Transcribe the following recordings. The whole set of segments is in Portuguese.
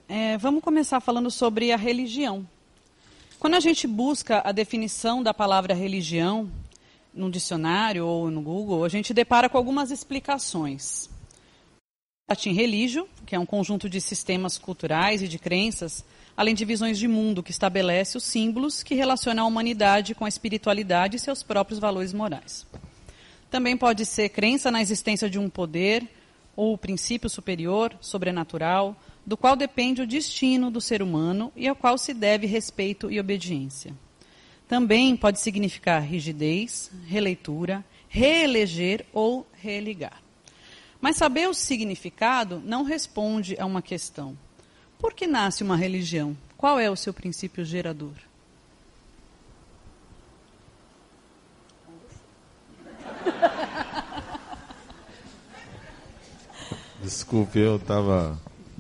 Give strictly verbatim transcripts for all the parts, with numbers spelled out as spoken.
é, vamos começar falando sobre a religião. Quando a gente busca a definição da palavra religião, no dicionário ou no Google, a gente depara com algumas explicações. Latim religio, que é um conjunto de sistemas culturais e de crenças, além de visões de mundo que estabelece os símbolos que relacionam a humanidade com a espiritualidade e seus próprios valores morais. Também pode ser crença na existência de um poder ou princípio superior, sobrenatural, do qual depende o destino do ser humano e ao qual se deve respeito e obediência. Também pode significar rigidez, releitura, reeleger ou religar. Mas saber o significado não responde a uma questão. Por que nasce uma religião? Qual é o seu princípio gerador? Desculpe, eu estava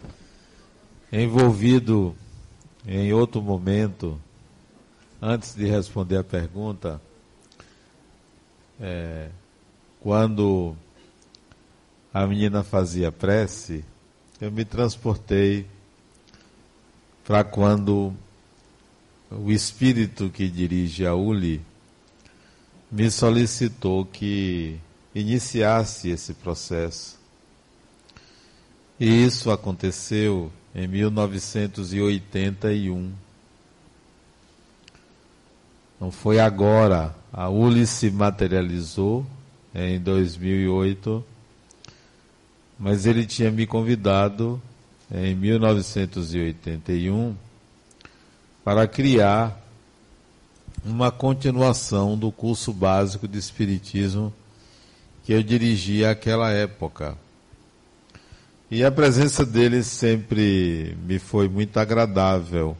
envolvido em outro momento. Antes de responder a pergunta, é, quando a menina fazia prece, eu me transportei para quando o espírito que dirige a U L I me solicitou que iniciasse esse processo. E isso aconteceu em mil novecentos e oitenta e um. Não foi agora. A U L I se materializou em dois mil e oito, mas ele tinha me convidado em mil novecentos e oitenta e um para criar uma continuação do curso básico de Espiritismo que eu dirigia àquela época. E a presença dele sempre me foi muito agradável.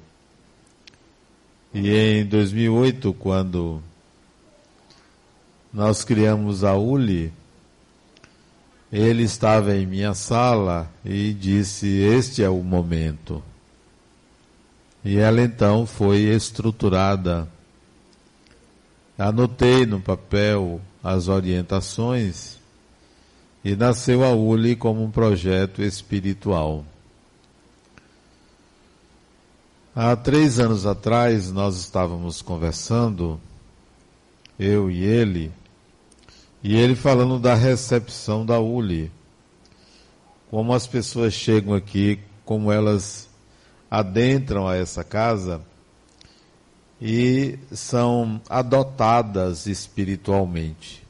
E em dois mil e oito, quando nós criamos a U L I, ele estava em minha sala e disse: este é o momento. E ela então foi estruturada. Anotei no papel as orientações e nasceu a U L I como um projeto espiritual. Há três anos atrás, nós estávamos conversando, eu e ele, e ele falando da recepção da U L I. Como as pessoas chegam aqui, como elas adentram a essa casa e são adotadas espiritualmente.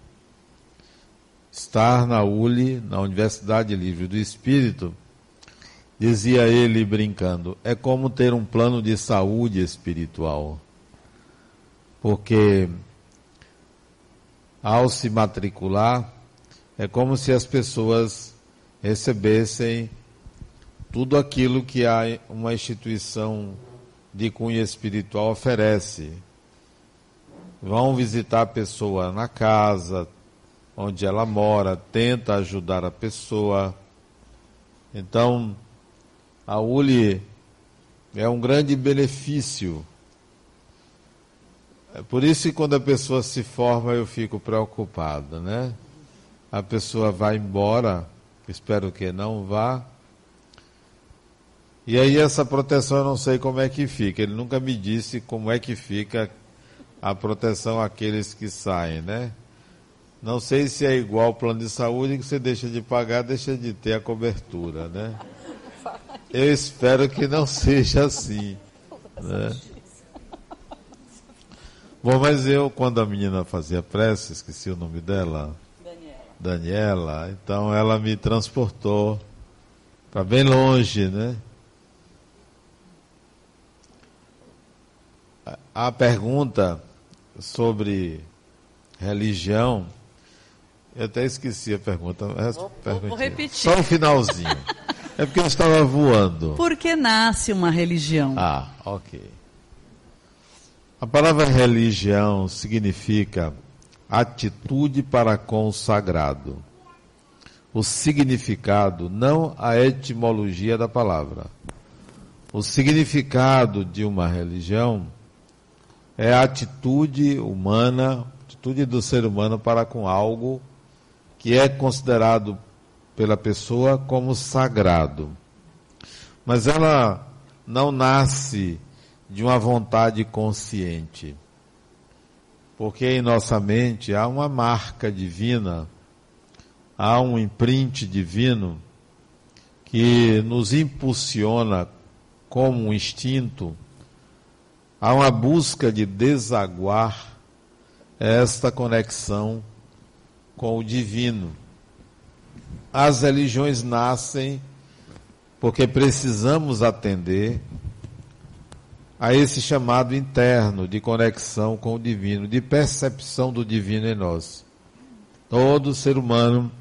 Estar na U L I, na Universidade Livre do Espírito, dizia ele brincando, é como ter um plano de saúde espiritual. Porque ao se matricular, é como se as pessoas recebessem tudo aquilo que a, uma instituição de cunho espiritual oferece. Vão visitar a pessoa na casa, onde ela mora, tenta ajudar a pessoa. Então, a U L I é um grande benefício. É por isso que quando a pessoa se forma eu fico preocupado, né? A pessoa vai embora, espero que não vá. E aí essa proteção eu não sei como é que fica. Ele nunca me disse como é que fica a proteção àqueles que saem, né? Não sei se é igual ao plano de saúde, que você deixa de pagar, deixa de ter a cobertura, né? Eu espero que não seja assim, né? Bom, mas eu, quando a menina fazia prece, esqueci o nome dela, Daniela, Daniela, então ela me transportou para bem longe, né? A pergunta sobre religião, eu até esqueci a pergunta. Vou, vou repetir. Só o finalzinho. É porque eu estava voando. Por que nasce uma religião? Ah, ok. A palavra religião significa atitude para com o sagrado. O significado, não a etimologia da palavra. O significado de uma religião é a atitude humana, atitude do ser humano para com algo que é considerado pela pessoa como sagrado. Mas ela não nasce de uma vontade consciente. Porque em nossa mente há uma marca divina, há um imprint divino que nos impulsiona como um instinto a uma busca de desaguar esta conexão com o divino. As religiões nascem porque precisamos atender a esse chamado interno de conexão com o divino, de percepção do divino em nós. Todo ser humano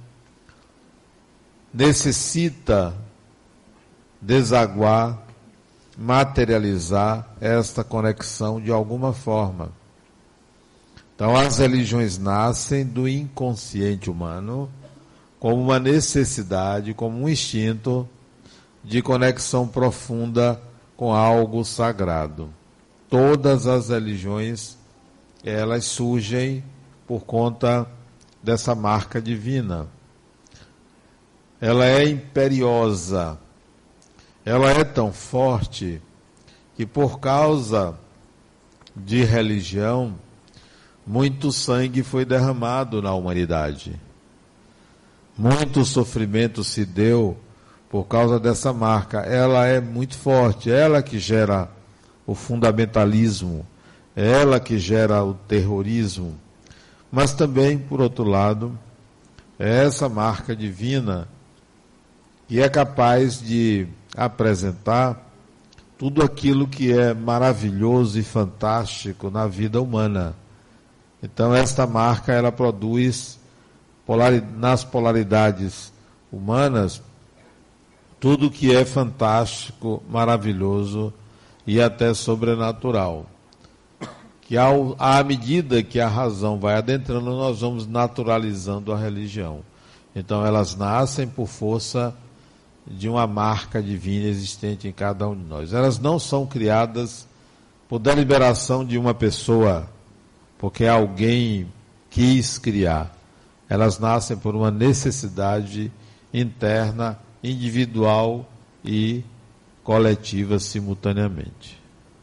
necessita desaguar, materializar esta conexão de alguma forma. Então, as religiões nascem do inconsciente humano como uma necessidade, como um instinto de conexão profunda com algo sagrado. Todas as religiões, elas surgem por conta dessa marca divina. Ela é imperiosa, ela é tão forte que por causa de religião, muito sangue foi derramado na humanidade. Muito sofrimento se deu por causa dessa marca. Ela é muito forte, ela que gera o fundamentalismo, ela que gera o terrorismo. Mas também, por outro lado, é essa marca divina que é capaz de apresentar tudo aquilo que é maravilhoso e fantástico na vida humana. Então, esta marca, ela produz polari- nas polaridades humanas tudo que é fantástico, maravilhoso e até sobrenatural. Que ao, à medida que a razão vai adentrando, nós vamos naturalizando a religião. Então, elas nascem por força de uma marca divina existente em cada um de nós. Elas não são criadas por deliberação de uma pessoa, porque alguém quis criar. Elas nascem por uma necessidade interna, individual e coletiva simultaneamente.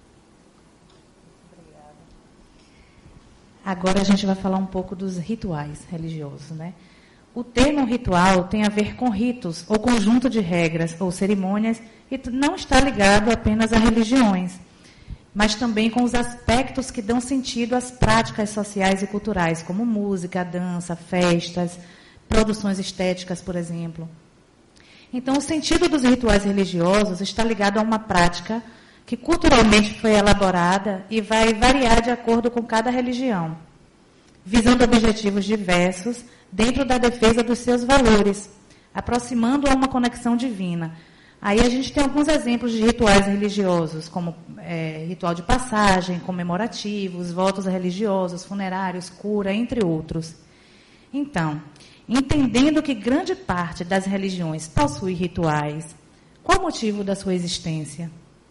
Agora a gente vai falar um pouco dos rituais religiosos, né? O termo ritual tem a ver com ritos, ou conjunto de regras ou cerimônias, e não está ligado apenas a religiões, mas também com os aspectos que dão sentido às práticas sociais e culturais, como música, dança, festas, produções estéticas, por exemplo. Então, o sentido dos rituais religiosos está ligado a uma prática que culturalmente foi elaborada e vai variar de acordo com cada religião, visando objetivos diversos dentro da defesa dos seus valores, aproximando a uma conexão divina. Aí a gente tem alguns exemplos de rituais religiosos, como é, ritual de passagem, comemorativos, votos religiosos, funerários, cura, entre outros. Então, entendendo que grande parte das religiões possui rituais, qual o motivo da sua existência?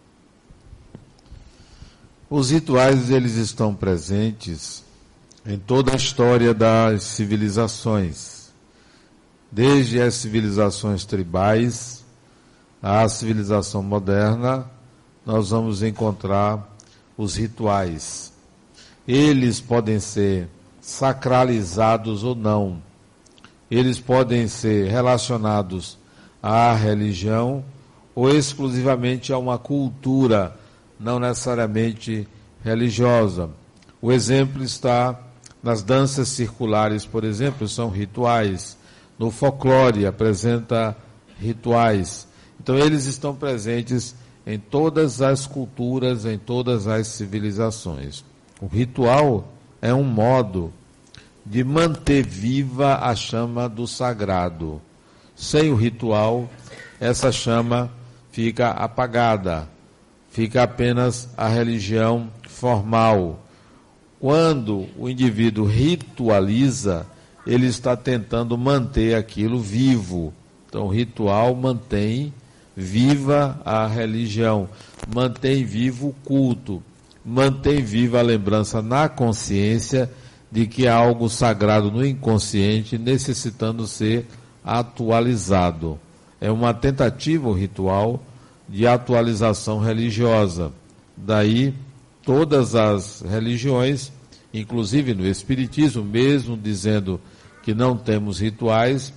Os rituais, eles estão presentes em toda a história das civilizações, desde as civilizações tribais à civilização moderna, nós vamos encontrar os rituais. Eles podem ser sacralizados ou não. Eles podem ser relacionados à religião ou exclusivamente a uma cultura, não necessariamente religiosa. O exemplo está nas danças circulares, por exemplo, são rituais. No folclore apresenta rituais. Então, eles estão presentes em todas as culturas, em todas as civilizações. O ritual é um modo de manter viva a chama do sagrado. Sem o ritual, essa chama fica apagada, fica apenas a religião formal. Quando o indivíduo ritualiza, ele está tentando manter aquilo vivo. Então, o ritual mantém viva a religião, mantém vivo o culto, mantém viva a lembrança na consciência de que há algo sagrado no inconsciente necessitando ser atualizado. É uma tentativa, o ritual, de atualização religiosa. Daí, todas as religiões, inclusive no Espiritismo, mesmo dizendo que não temos rituais,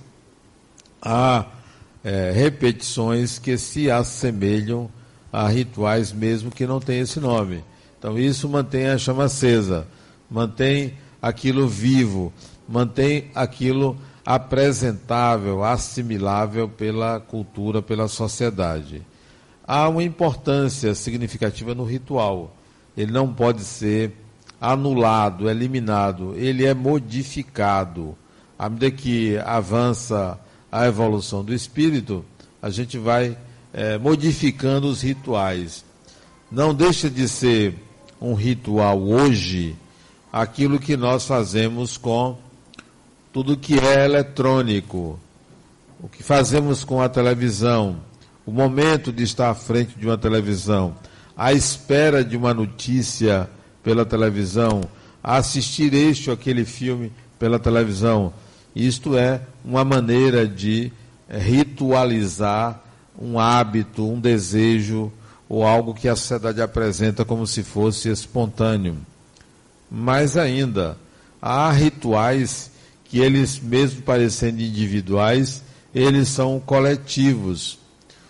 há é, repetições que se assemelham a rituais mesmo que não tenham esse nome. Então isso mantém a chama acesa, mantém aquilo vivo, mantém aquilo apresentável, assimilável pela cultura, pela sociedade. Há uma importância significativa no ritual. Ele não pode ser anulado, eliminado, ele é modificado. À medida que avança a evolução do espírito, a gente vai é, modificando os rituais. Não deixa de ser um ritual hoje aquilo que nós fazemos com tudo que é eletrônico, o que fazemos com a televisão, o momento de estar à frente de uma televisão, a espera de uma notícia pela televisão, a assistir este ou aquele filme pela televisão. Isto é uma maneira de ritualizar um hábito, um desejo ou algo que a sociedade apresenta como se fosse espontâneo. Mais ainda, há rituais que eles, mesmo parecendo individuais, eles são coletivos.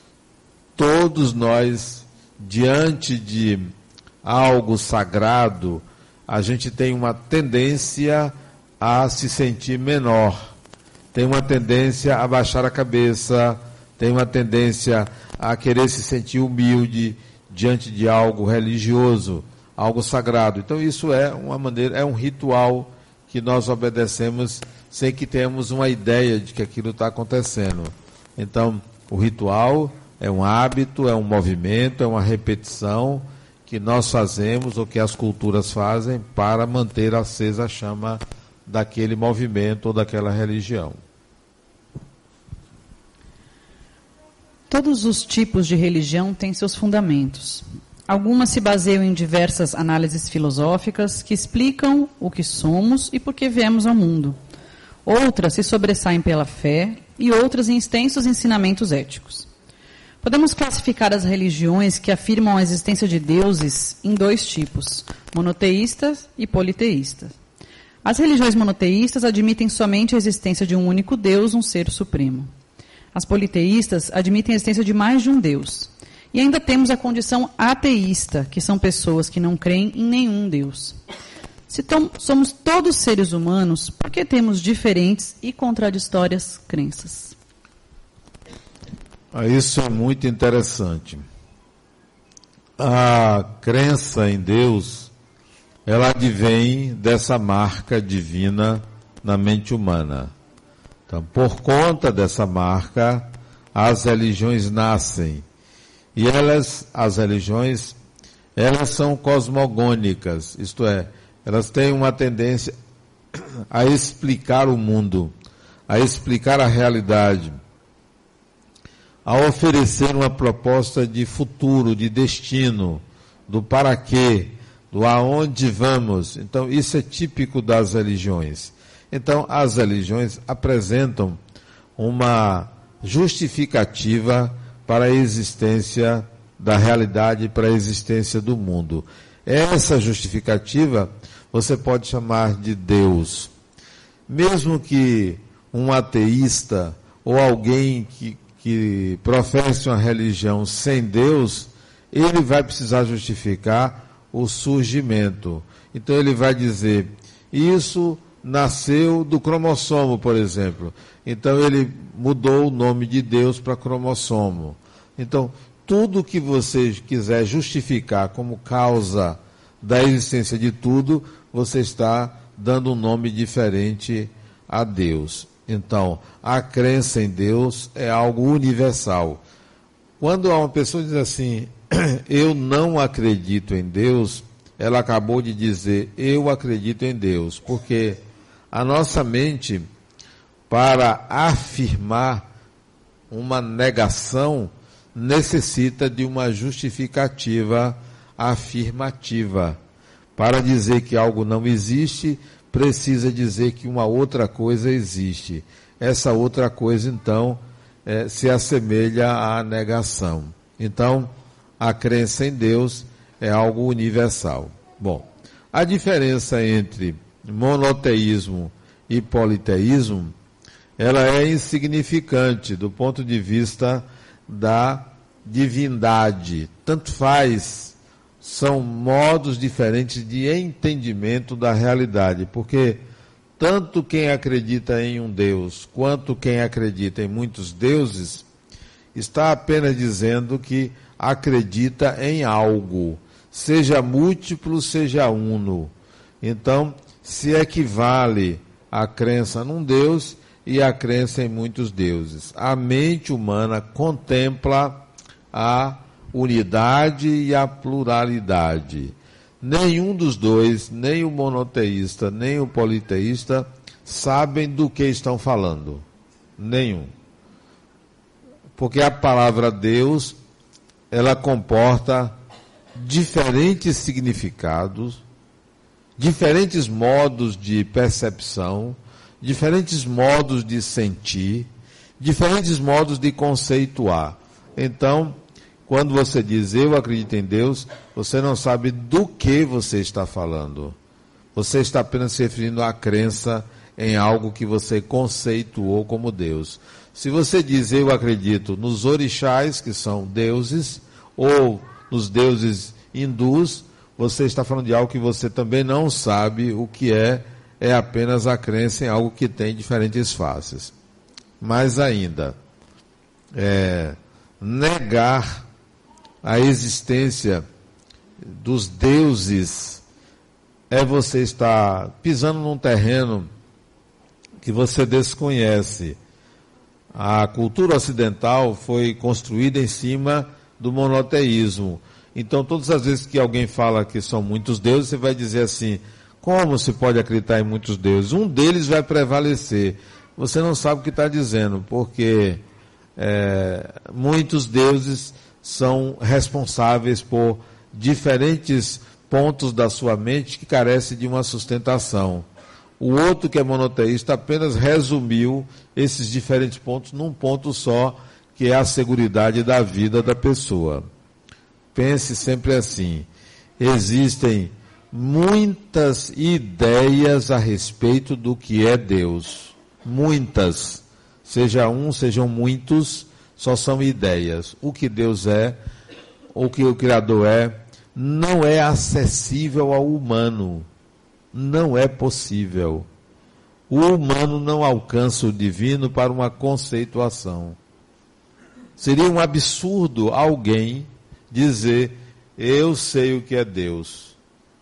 Todos nós, diante de algo sagrado, a gente tem uma tendência a se sentir menor, tem uma tendência a baixar a cabeça, tem uma tendência a querer se sentir humilde diante de algo religioso, algo sagrado. Então isso é uma maneira, é um ritual que nós obedecemos sem que tenhamos uma ideia de que aquilo está acontecendo. Então o ritual é um hábito, é um movimento, é uma repetição que nós fazemos ou que as culturas fazem para manter acesa a chama daquele movimento ou daquela religião. Todos os tipos de religião têm seus fundamentos. Algumas se baseiam em diversas análises filosóficas que explicam o que somos e por que viemos ao mundo. Outras se sobressaem pela fé e outras em extensos ensinamentos éticos. Podemos classificar as religiões que afirmam a existência de deuses em dois tipos, monoteístas e politeístas. As religiões monoteístas admitem somente a existência de um único Deus, um ser supremo. As politeístas admitem a existência de mais de um Deus. E ainda temos a condição ateísta, que são pessoas que não creem em nenhum Deus. Se tom, somos todos seres humanos, por que temos diferentes e contraditórias crenças? Isso é muito interessante. A crença em Deus, ela advém dessa marca divina na mente humana. Então, por conta dessa marca, as religiões nascem. E elas, as religiões, elas são cosmogônicas, isto é, elas têm uma tendência a explicar o mundo, a explicar a realidade, a oferecer uma proposta de futuro, de destino, do para quê, do aonde vamos. Então, isso é típico das religiões. Então, as religiões apresentam uma justificativa para a existência da realidade, para a existência do mundo. Essa justificativa você pode chamar de Deus. Mesmo que um ateísta ou alguém que, que professe uma religião sem Deus, ele vai precisar justificar o surgimento. Então ele vai dizer, isso nasceu do cromossomo, por exemplo. Então ele mudou o nome de Deus para cromossomo. Então, tudo que você quiser justificar como causa da existência de tudo, você está dando um nome diferente a Deus. Então, a crença em Deus é algo universal. Quando uma pessoa diz assim, eu não acredito em Deus, ela acabou de dizer, eu acredito em Deus, porque a nossa mente, para afirmar uma negação, necessita de uma justificativa afirmativa. Para dizer que algo não existe, precisa dizer que uma outra coisa existe. Essa outra coisa, então, é, se assemelha à negação. Então, a crença em Deus é algo universal. Bom, a diferença entre monoteísmo e politeísmo, ela é insignificante do ponto de vista da divindade. Tanto faz, são modos diferentes de entendimento da realidade, porque tanto quem acredita em um Deus, quanto quem acredita em muitos deuses, está apenas dizendo que acredita em algo, seja múltiplo, seja uno. Então, se equivale a crença num Deus e a crença em muitos deuses. A mente humana contempla a unidade e a pluralidade. Nenhum dos dois, nem o monoteísta, nem o politeísta, sabem do que estão falando. Nenhum. Porque a palavra Deus, ela comporta diferentes significados, diferentes modos de percepção, diferentes modos de sentir, diferentes modos de conceituar. Então, quando você diz eu acredito em Deus, você não sabe do que você está falando. Você está apenas se referindo à crença em algo que você conceituou como Deus. Se você diz eu acredito nos orixás, que são deuses, ou nos deuses hindus, você está falando de algo que você também não sabe o que é, é apenas a crença em algo que tem diferentes faces. Mais ainda, é, negar a existência dos deuses é você estar pisando num terreno que você desconhece. A cultura ocidental foi construída em cima do monoteísmo. Então, todas as vezes que alguém fala que são muitos deuses, você vai dizer assim, como se pode acreditar em muitos deuses? Um deles vai prevalecer. Você não sabe o que está dizendo, porque é, muitos deuses são responsáveis por diferentes pontos da sua mente que carecem de uma sustentação. O outro, que é monoteísta, apenas resumiu esses diferentes pontos num ponto só, que é a seguridade da vida da pessoa. Pense sempre assim, existem muitas ideias a respeito do que é Deus. Muitas. Seja um, sejam muitos, só são ideias. O que Deus é, o que o Criador é, não é acessível ao humano. Não é possível. O humano não alcança o divino para uma conceituação. Seria um absurdo alguém dizer, eu sei o que é Deus.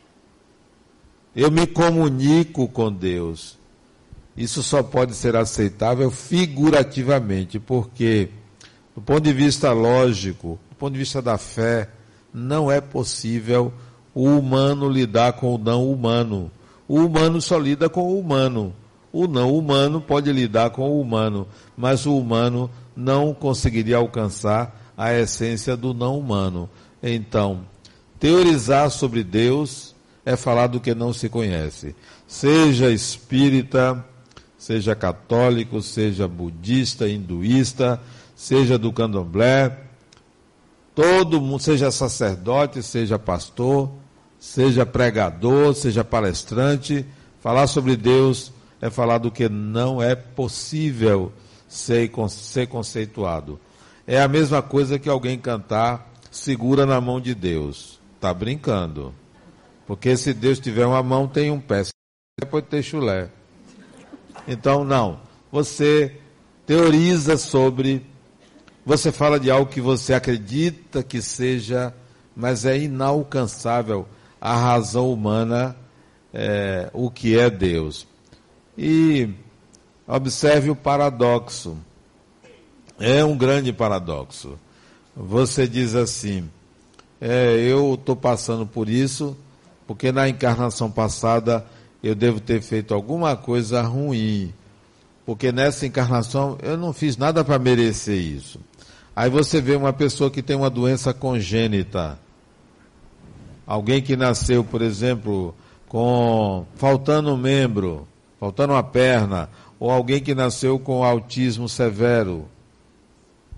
Eu me comunico com Deus. Isso só pode ser aceitável figurativamente, porque, do ponto de vista lógico, do ponto de vista da fé, não é possível o humano lidar com o não humano. O humano só lida com o humano. O não humano pode lidar com o humano, mas o humano não conseguiria alcançar a essência do não humano. Então, teorizar sobre Deus é falar do que não se conhece. Seja espírita, seja católico, seja budista, hinduísta, seja do candomblé, todo mundo, seja sacerdote, seja pastor, seja pregador, seja palestrante, falar sobre Deus é falar do que não é possível ser, ser conceituado. É a mesma coisa que alguém cantar, segura na mão de Deus. Está brincando. Porque se Deus tiver uma mão, tem um pé. Depois ter chulé. Então, não. Você teoriza sobre, você fala de algo que você acredita que seja, mas é inalcançável a razão humana, é, o que é Deus. E observe o paradoxo. É um grande paradoxo. Você diz assim, é, eu estou passando por isso, porque na encarnação passada eu devo ter feito alguma coisa ruim, porque nessa encarnação eu não fiz nada para merecer isso. Aí você vê uma pessoa que tem uma doença congênita, alguém que nasceu, por exemplo, com faltando um membro, faltando uma perna, ou alguém que nasceu com autismo severo.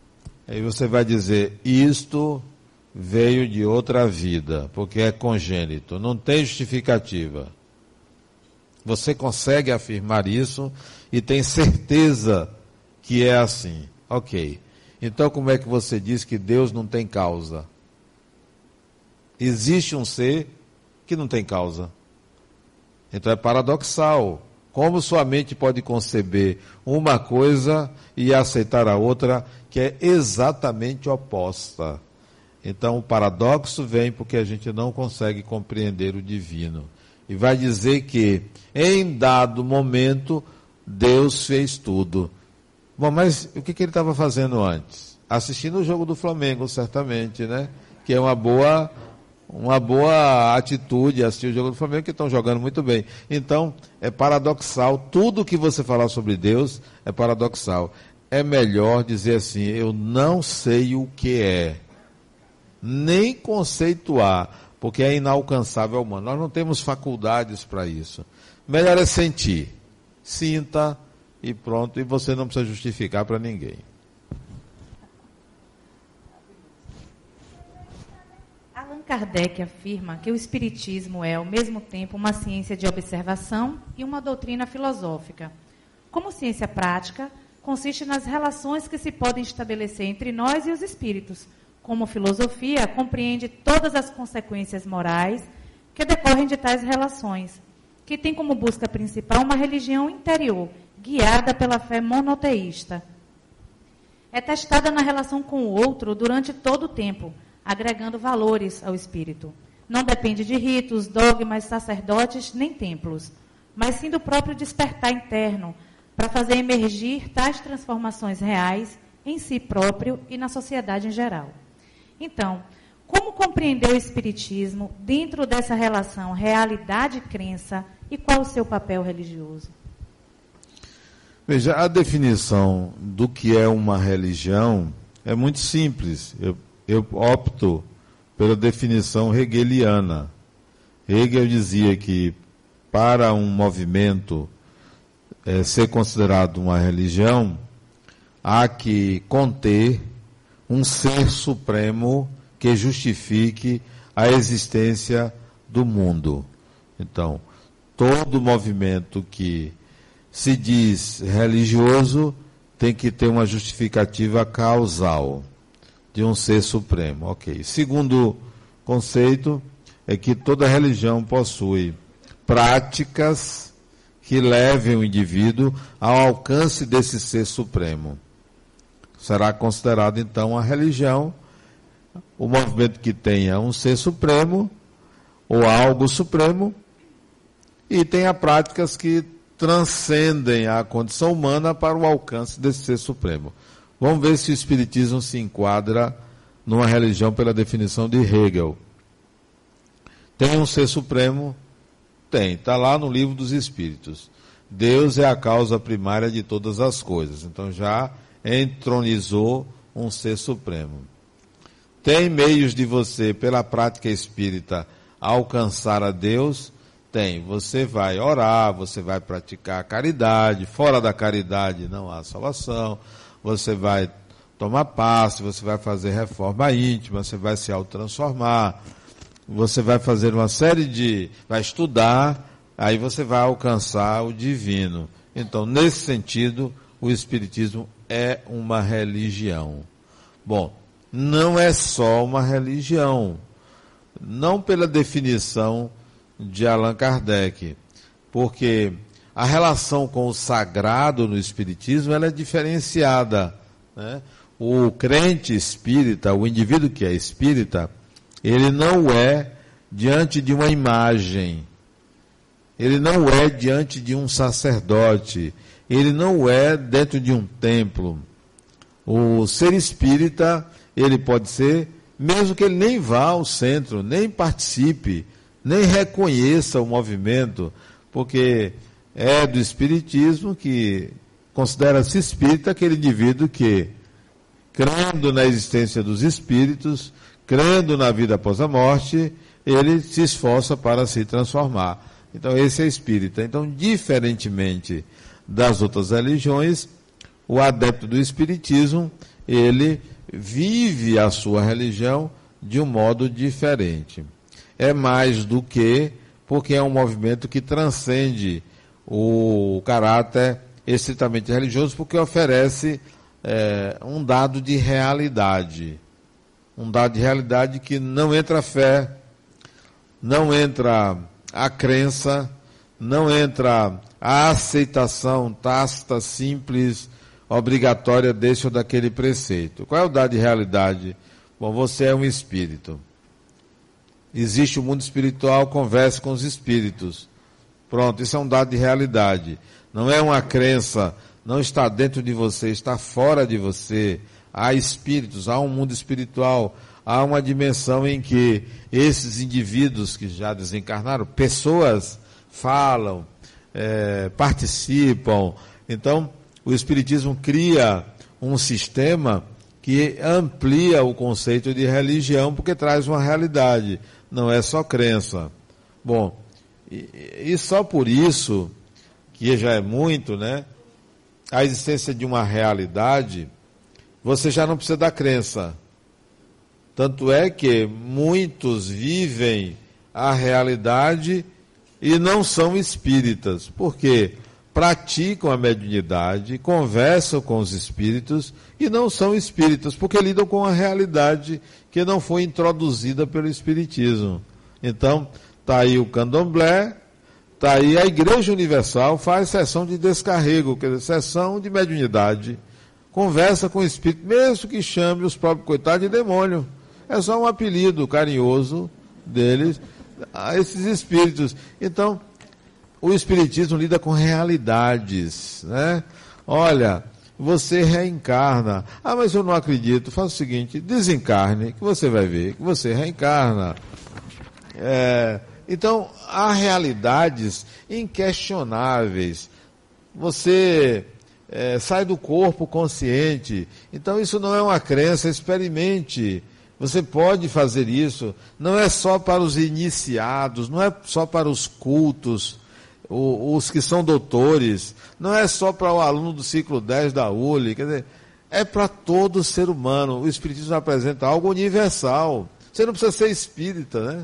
Aí você vai dizer, isto veio de outra vida, porque é congênito, não tem justificativa. Você consegue afirmar isso e tem certeza que é assim. Ok. Então como é que você diz que Deus não tem causa? Existe um ser que não tem causa. Então é paradoxal. Como sua mente pode conceber uma coisa e aceitar a outra que é exatamente oposta? Então o paradoxo vem porque a gente não consegue compreender o divino. E vai dizer que, em dado momento, Deus fez tudo. Bom, mas o que, que ele estava fazendo antes? Assistindo o jogo do Flamengo, certamente, né? Que é uma boa, uma boa atitude, assistir o jogo do Flamengo, que estão jogando muito bem. Então, é paradoxal. Tudo que você falar sobre Deus é paradoxal. É melhor dizer assim, eu não sei o que é. Nem conceituar, porque é inalcançável ao humano. Nós não temos faculdades para isso. Melhor é sentir. Sinta e pronto, e você não precisa justificar para ninguém. Allan Kardec afirma que o Espiritismo é, ao mesmo tempo, uma ciência de observação e uma doutrina filosófica. Como ciência prática, consiste nas relações que se podem estabelecer entre nós e os espíritos. Como filosofia, compreende todas as consequências morais que decorrem de tais relações, que tem como busca principal uma religião interior, guiada pela fé monoteísta. É testada na relação com o outro durante todo o tempo, agregando valores ao espírito. Não depende de ritos, dogmas, sacerdotes, nem templos, mas sim do próprio despertar interno, para fazer emergir tais transformações reais em si próprio e na sociedade em geral. Então, como compreender o Espiritismo dentro dessa relação realidade e crença e qual o seu papel religioso? Veja, a definição do que é uma religião é muito simples. Eu, eu opto pela definição hegeliana. Hegel dizia que para um movimento é, ser considerado uma religião, há que conter um ser supremo que justifique a existência do mundo. Então, todo movimento que se diz religioso tem que ter uma justificativa causal de um ser supremo. Ok. Segundo conceito é que toda religião possui práticas que levem o indivíduo ao alcance desse ser supremo. Será considerado, então, a religião, o movimento que tenha um ser supremo, ou algo supremo, e tenha práticas que transcendem a condição humana para o alcance desse ser supremo. Vamos ver se o Espiritismo se enquadra numa religião pela definição de Hegel. Tem um ser supremo? Tem, está lá no Livro dos Espíritos. Deus é a causa primária de todas as coisas. Então já entronizou um ser supremo. Tem meios de você, pela prática espírita, alcançar a Deus? Tem. Você vai orar, você vai praticar a caridade, fora da caridade não há salvação, você vai tomar passe, você vai fazer reforma íntima, você vai se autotransformar, você vai fazer uma série de... vai estudar, aí você vai alcançar o divino. Então, nesse sentido, o Espiritismo é uma religião. Bom, não é só uma religião. Não pela definição de Allan Kardec, porque a relação com o sagrado no Espiritismo ela é diferenciada, né? O crente espírita, o indivíduo que é espírita, ele não é diante de uma imagem, ele não é diante de um sacerdote, ele não é dentro de um templo. O ser espírita, ele pode ser, mesmo que ele nem vá ao centro, nem participe, nem reconheça o movimento, porque é do espiritismo que considera-se espírita aquele indivíduo que, crendo na existência dos espíritos, crendo na vida após a morte, ele se esforça para se transformar. Então esse é espírita. Então, diferentemente das outras religiões, o adepto do espiritismo, ele vive a sua religião de um modo diferente. É mais do que, porque é um movimento que transcende o caráter estritamente religioso, porque oferece é, um dado de realidade. Um dado de realidade que não entra a fé, não entra a crença, não entra a aceitação tácita, simples, obrigatória desse ou daquele preceito. Qual é o dado de realidade? Bom, você é um espírito. Existe o mundo espiritual, converse com os espíritos. Pronto, isso é um dado de realidade. Não é uma crença, não está dentro de você, está fora de você. Há espíritos, há um mundo espiritual, há uma dimensão em que esses indivíduos que já desencarnaram, pessoas falam, é, participam. Então, o Espiritismo cria um sistema que amplia o conceito de religião, porque traz uma realidade, não é só crença. Bom, e, e só por isso, que já é muito, né? A existência de uma realidade, você já não precisa da crença. Tanto é que muitos vivem a realidade e não são espíritas. Por quê? Praticam a mediunidade, conversam com os espíritos e não são espíritas, porque lidam com a realidade que não foi introduzida pelo espiritismo. Então, está aí o candomblé, está aí a Igreja Universal, faz sessão de descarrego, quer dizer, sessão de mediunidade, conversa com o espírito, mesmo que chame os próprios coitados de demônio. É só um apelido carinhoso deles, a esses espíritos. Então, o espiritismo lida com realidades, né? Olha, você reencarna. Ah, mas eu não acredito. Faça o seguinte, desencarne, que você vai ver, que você reencarna. É, então, há realidades inquestionáveis. Você é, sai do corpo consciente. Então, isso não é uma crença, experimente. Você pode fazer isso. Não é só para os iniciados, não é só para os cultos, os que são doutores, não é só para o aluno do ciclo dez da U L I, quer dizer, é para todo ser humano. O Espiritismo apresenta algo universal. Você não precisa ser espírita, né?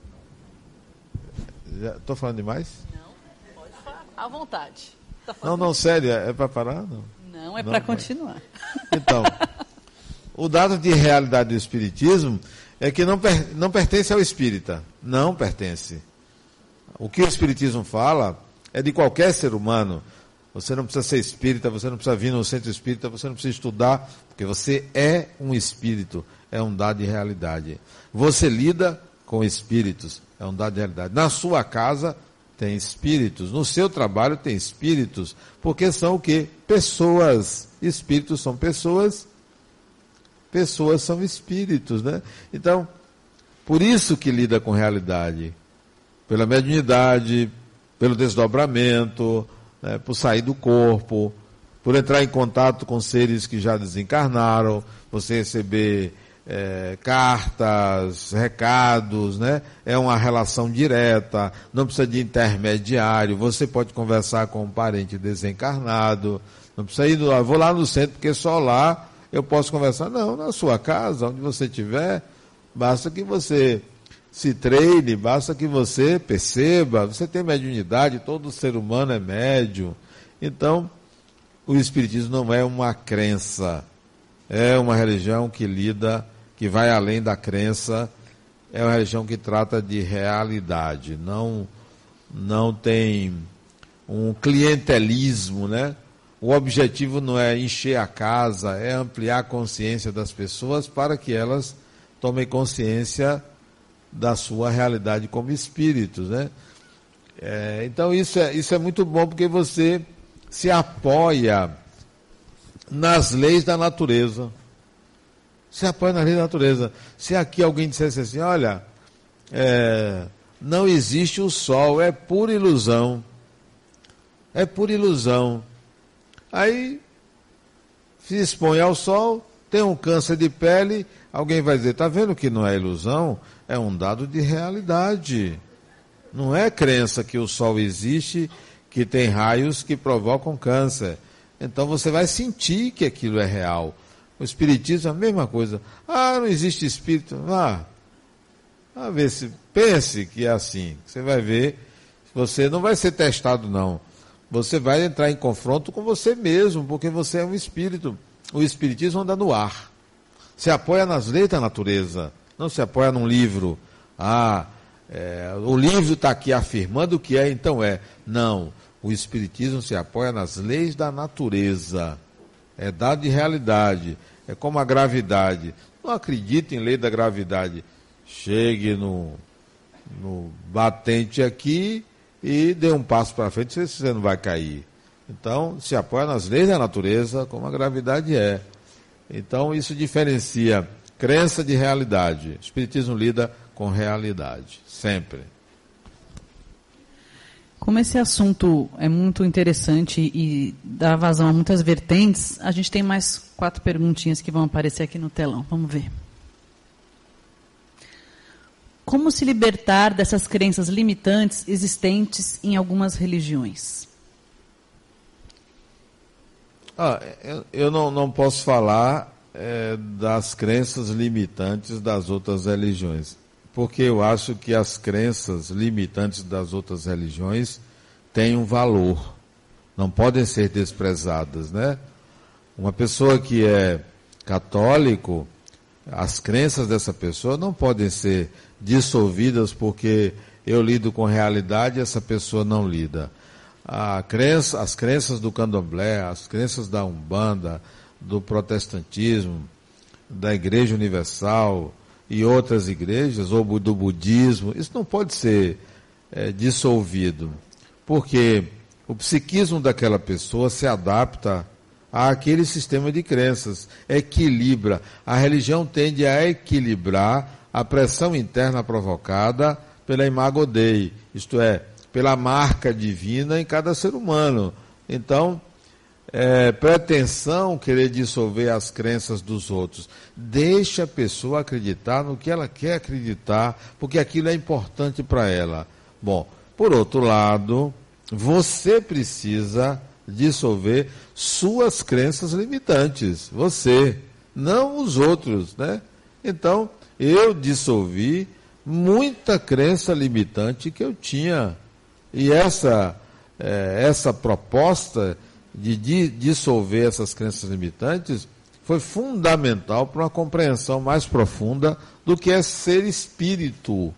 Estou falando demais? Não, pode falar, à vontade. Tá não, não, sério, é para parar? Não, não é para continuar. Então, o dado de realidade do Espiritismo é que não, per, não pertence ao espírita. Não pertence. O que o Espiritismo fala é de qualquer ser humano. Você não precisa ser espírita, você não precisa vir no centro espírita, você não precisa estudar, porque você é um espírito, é um dado de realidade. Você lida com espíritos, é um dado de realidade. Na sua casa tem espíritos, no seu trabalho tem espíritos, porque são o quê? Pessoas. Espíritos são pessoas, pessoas são espíritos, né? Então, por isso que lida com realidade. Pela mediunidade, pelo desdobramento, né, por sair do corpo, por entrar em contato com seres que já desencarnaram, você receber é, cartas, recados, né? É uma relação direta, não precisa de intermediário, você pode conversar com um parente desencarnado, não precisa ir, no, vou lá no centro, porque só lá eu posso conversar. Não, na sua casa, onde você estiver, basta que você se treine, basta que você perceba, você tem mediunidade, todo ser humano é médium. Então, o Espiritismo não é uma crença, é uma religião que lida, que vai além da crença, é uma religião que trata de realidade, não, não tem um clientelismo, né? O objetivo não é encher a casa, é ampliar a consciência das pessoas para que elas tomem consciência da sua realidade como espíritos, né? É, então isso é, isso é muito bom, porque você se apoia nas leis da natureza. Se apoia nas leis da natureza. Se aqui alguém dissesse assim, olha, é, não existe o sol, é pura ilusão. É pura ilusão. Aí se expõe ao sol, tem um câncer de pele, alguém vai dizer, está vendo que não é ilusão? É um dado de realidade. Não é crença que o sol existe, que tem raios que provocam câncer. Então você vai sentir que aquilo é real. O espiritismo é a mesma coisa. Ah, não existe espírito. Ah, a ver se pense que é assim. Você vai ver, você não vai ser testado, não. Você vai entrar em confronto com você mesmo, porque você é um espírito. O espiritismo anda no ar. Se apoia nas leis da natureza, não se apoia num livro. Ah, é, o livro está aqui afirmando o que é, então é. Não, o espiritismo se apoia nas leis da natureza. É dado de realidade. É como a gravidade. Não acredite em lei da gravidade. Chegue no, no batente aqui e dê um passo para frente, você não vai cair. Então, se apoia nas leis da natureza, como a gravidade é. Então, isso diferencia crença de realidade. O espiritismo lida com realidade, sempre. Como esse assunto é muito interessante e dá vazão a muitas vertentes, a gente tem mais quatro perguntinhas que vão aparecer aqui no telão. Vamos ver. Como se libertar dessas crenças limitantes existentes em algumas religiões? Ah, eu, eu não, não posso falar é, das crenças limitantes das outras religiões, porque eu acho que as crenças limitantes das outras religiões têm um valor, não podem ser desprezadas, né? Uma pessoa que é católico, as crenças dessa pessoa não podem ser dissolvidas porque eu lido com realidade e essa pessoa não lida. A crença, as crenças do candomblé, as crenças da Umbanda, do protestantismo, da Igreja Universal e outras igrejas, ou do budismo, isso não pode ser é, dissolvido, porque o psiquismo daquela pessoa se adapta àquele sistema de crenças, equilibra. A religião tende a equilibrar a pressão interna provocada pela imago Dei, isto é, pela marca divina em cada ser humano. Então, é, pretensão querer dissolver as crenças dos outros. Deixa a pessoa acreditar no que ela quer acreditar, porque aquilo é importante para ela. Bom, por outro lado, você precisa dissolver suas crenças limitantes. Você, não os outros, né? Então, eu dissolvi muita crença limitante que eu tinha. E essa, é, essa proposta de, de dissolver essas crenças limitantes foi fundamental para uma compreensão mais profunda do que é ser espírito.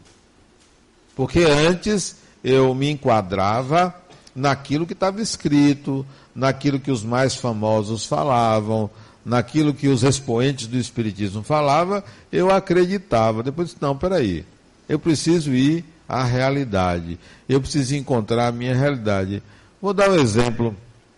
Porque antes eu me enquadrava naquilo que estava escrito, naquilo que os mais famosos falavam, naquilo que os expoentes do espiritismo falavam, eu acreditava. Depois disse, não, peraí, eu preciso ir à realidade, eu preciso encontrar a minha realidade. Vou dar um exemplo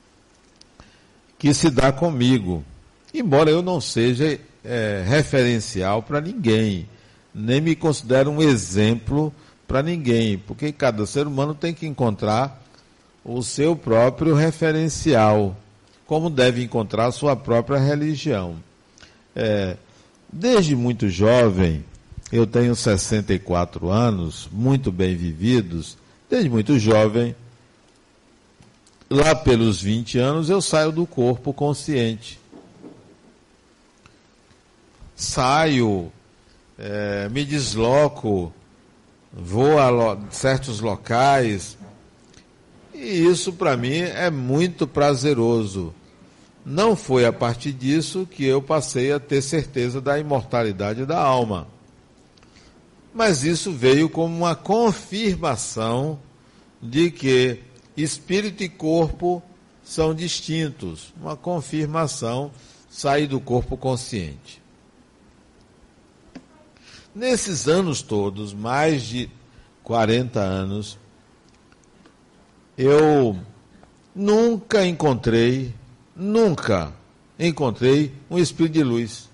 que se dá comigo, embora eu não seja é, referencial para ninguém, nem me considero um exemplo para ninguém, porque cada ser humano tem que encontrar o seu próprio referencial, como deve encontrar a sua própria religião. É, desde muito jovem, eu tenho sessenta e quatro anos, muito bem vividos, desde muito jovem, lá pelos vinte anos eu saio do corpo consciente. Saio, é, me desloco, vou a lo- certos locais, e isso para mim é muito prazeroso. Não foi a partir disso que eu passei a ter certeza da imortalidade da alma. Mas isso veio como uma confirmação de que espírito e corpo são distintos. Uma confirmação, sair do corpo consciente. Nesses anos todos, mais de quarenta anos, eu nunca encontrei, nunca encontrei um espírito de luz.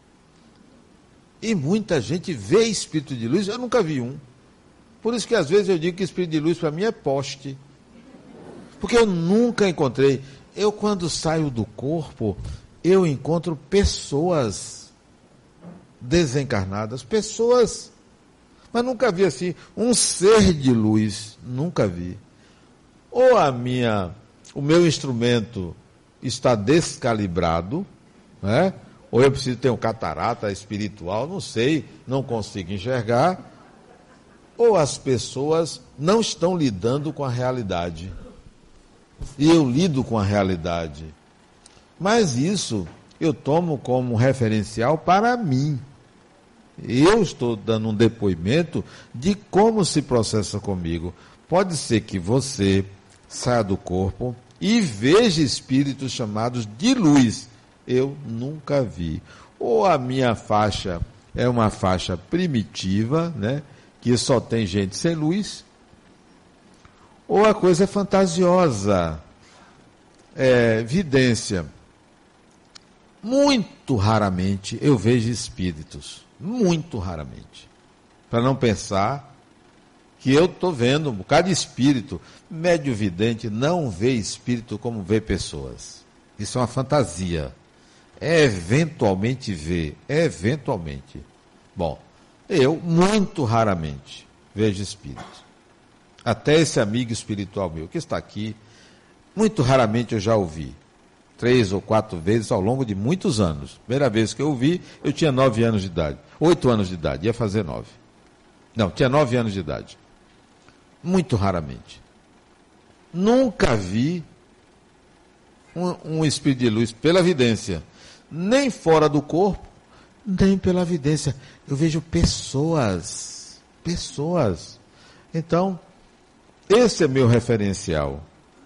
E muita gente vê espírito de luz, eu nunca vi um. Por isso que às vezes eu digo que espírito de luz para mim é poste. Porque eu nunca encontrei. Eu quando saio do corpo, eu encontro pessoas desencarnadas, pessoas, mas nunca vi assim, um ser de luz, nunca vi. Ou a minha, o meu instrumento está descalibrado, né? ou eu preciso ter um catarata espiritual, não sei, não consigo enxergar, ou as pessoas não estão lidando com a realidade. E eu lido com a realidade. Mas isso eu tomo como referencial para mim. Eu estou dando um depoimento de como se processa comigo. Pode ser que você saia do corpo e veja espíritos chamados de luz. Eu nunca vi. Ou a minha faixa é uma faixa primitiva, né, que só tem gente sem luz, ou a coisa é fantasiosa, é vidência. Muito raramente eu vejo espíritos, muito raramente. Para não pensar que eu estou vendo um bocado de espírito. Médio vidente não vê espírito como vê pessoas. Isso é uma fantasia. Eventualmente vê, eventualmente. Bom, eu muito raramente vejo espíritos. Até esse amigo espiritual meu que está aqui, muito raramente eu já ouvi. Três ou quatro vezes ao longo de muitos anos. Primeira vez que eu vi, eu tinha nove anos de idade. Oito anos de idade, ia fazer nove. Não, tinha nove anos de idade. Muito raramente. Nunca vi um, um espírito de luz pela vidência. Nem fora do corpo, nem pela vidência. Eu vejo pessoas. Pessoas. Então, esse é meu referencial.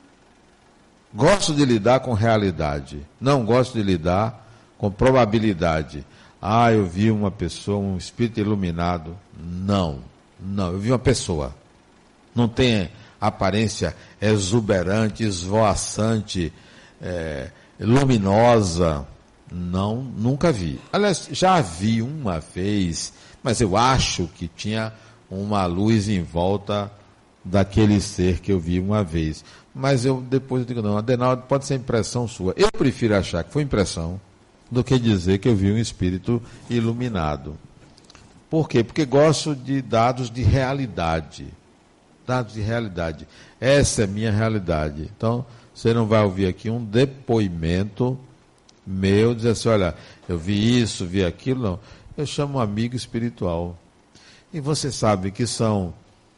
Gosto de lidar com realidade. Não gosto de lidar com probabilidade. Ah, eu vi uma pessoa, um espírito iluminado. Não, não, eu vi uma pessoa. Não tem aparência exuberante, esvoaçante, é, luminosa. Não, nunca vi. Aliás, já vi uma vez, mas eu acho que tinha uma luz em volta daquele ser que eu vi uma vez. Mas eu depois eu digo, não, Adenaudo, pode ser impressão sua. Eu prefiro achar que foi impressão do que dizer que eu vi um espírito iluminado. Por quê? Porque gosto de dados de realidade. Dados de realidade. Essa é a minha realidade. Então, você não vai ouvir aqui um depoimento meu, dizer assim, olha, eu vi isso, vi aquilo, não. Eu chamo um amigo espiritual. E você sabe que são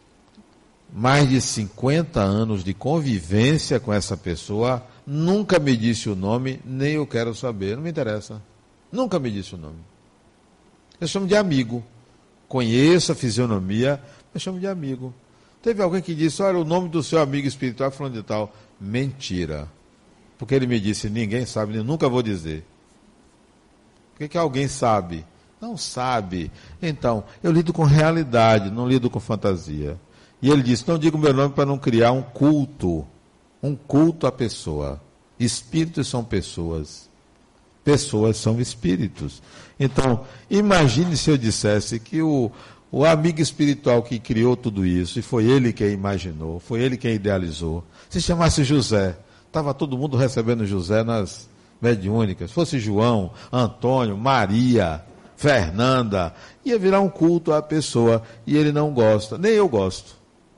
mais de cinquenta anos de convivência com essa pessoa, nunca me disse o nome, nem eu quero saber, não me interessa. Nunca me disse o nome. Eu chamo de amigo. Conheço a fisionomia, mas chamo de amigo. Teve alguém que disse, olha, o nome do seu amigo espiritual é fulano de tal. Mentira. Porque ele me disse, ninguém sabe, eu nunca vou dizer. Por que, que alguém sabe? Não sabe. Então, eu lido com realidade, não lido com fantasia. E ele disse, não diga o meu nome para não criar um culto. Um culto à pessoa. Espíritos são pessoas. Pessoas são espíritos. Então, imagine se eu dissesse que o, o amigo espiritual que criou tudo isso, e foi ele quem imaginou, foi ele quem idealizou, se chamasse José, estava todo mundo recebendo José nas mediúnicas, fosse João, Antônio, Maria, Fernanda, ia virar um culto à pessoa, e ele não gosta, nem eu gosto.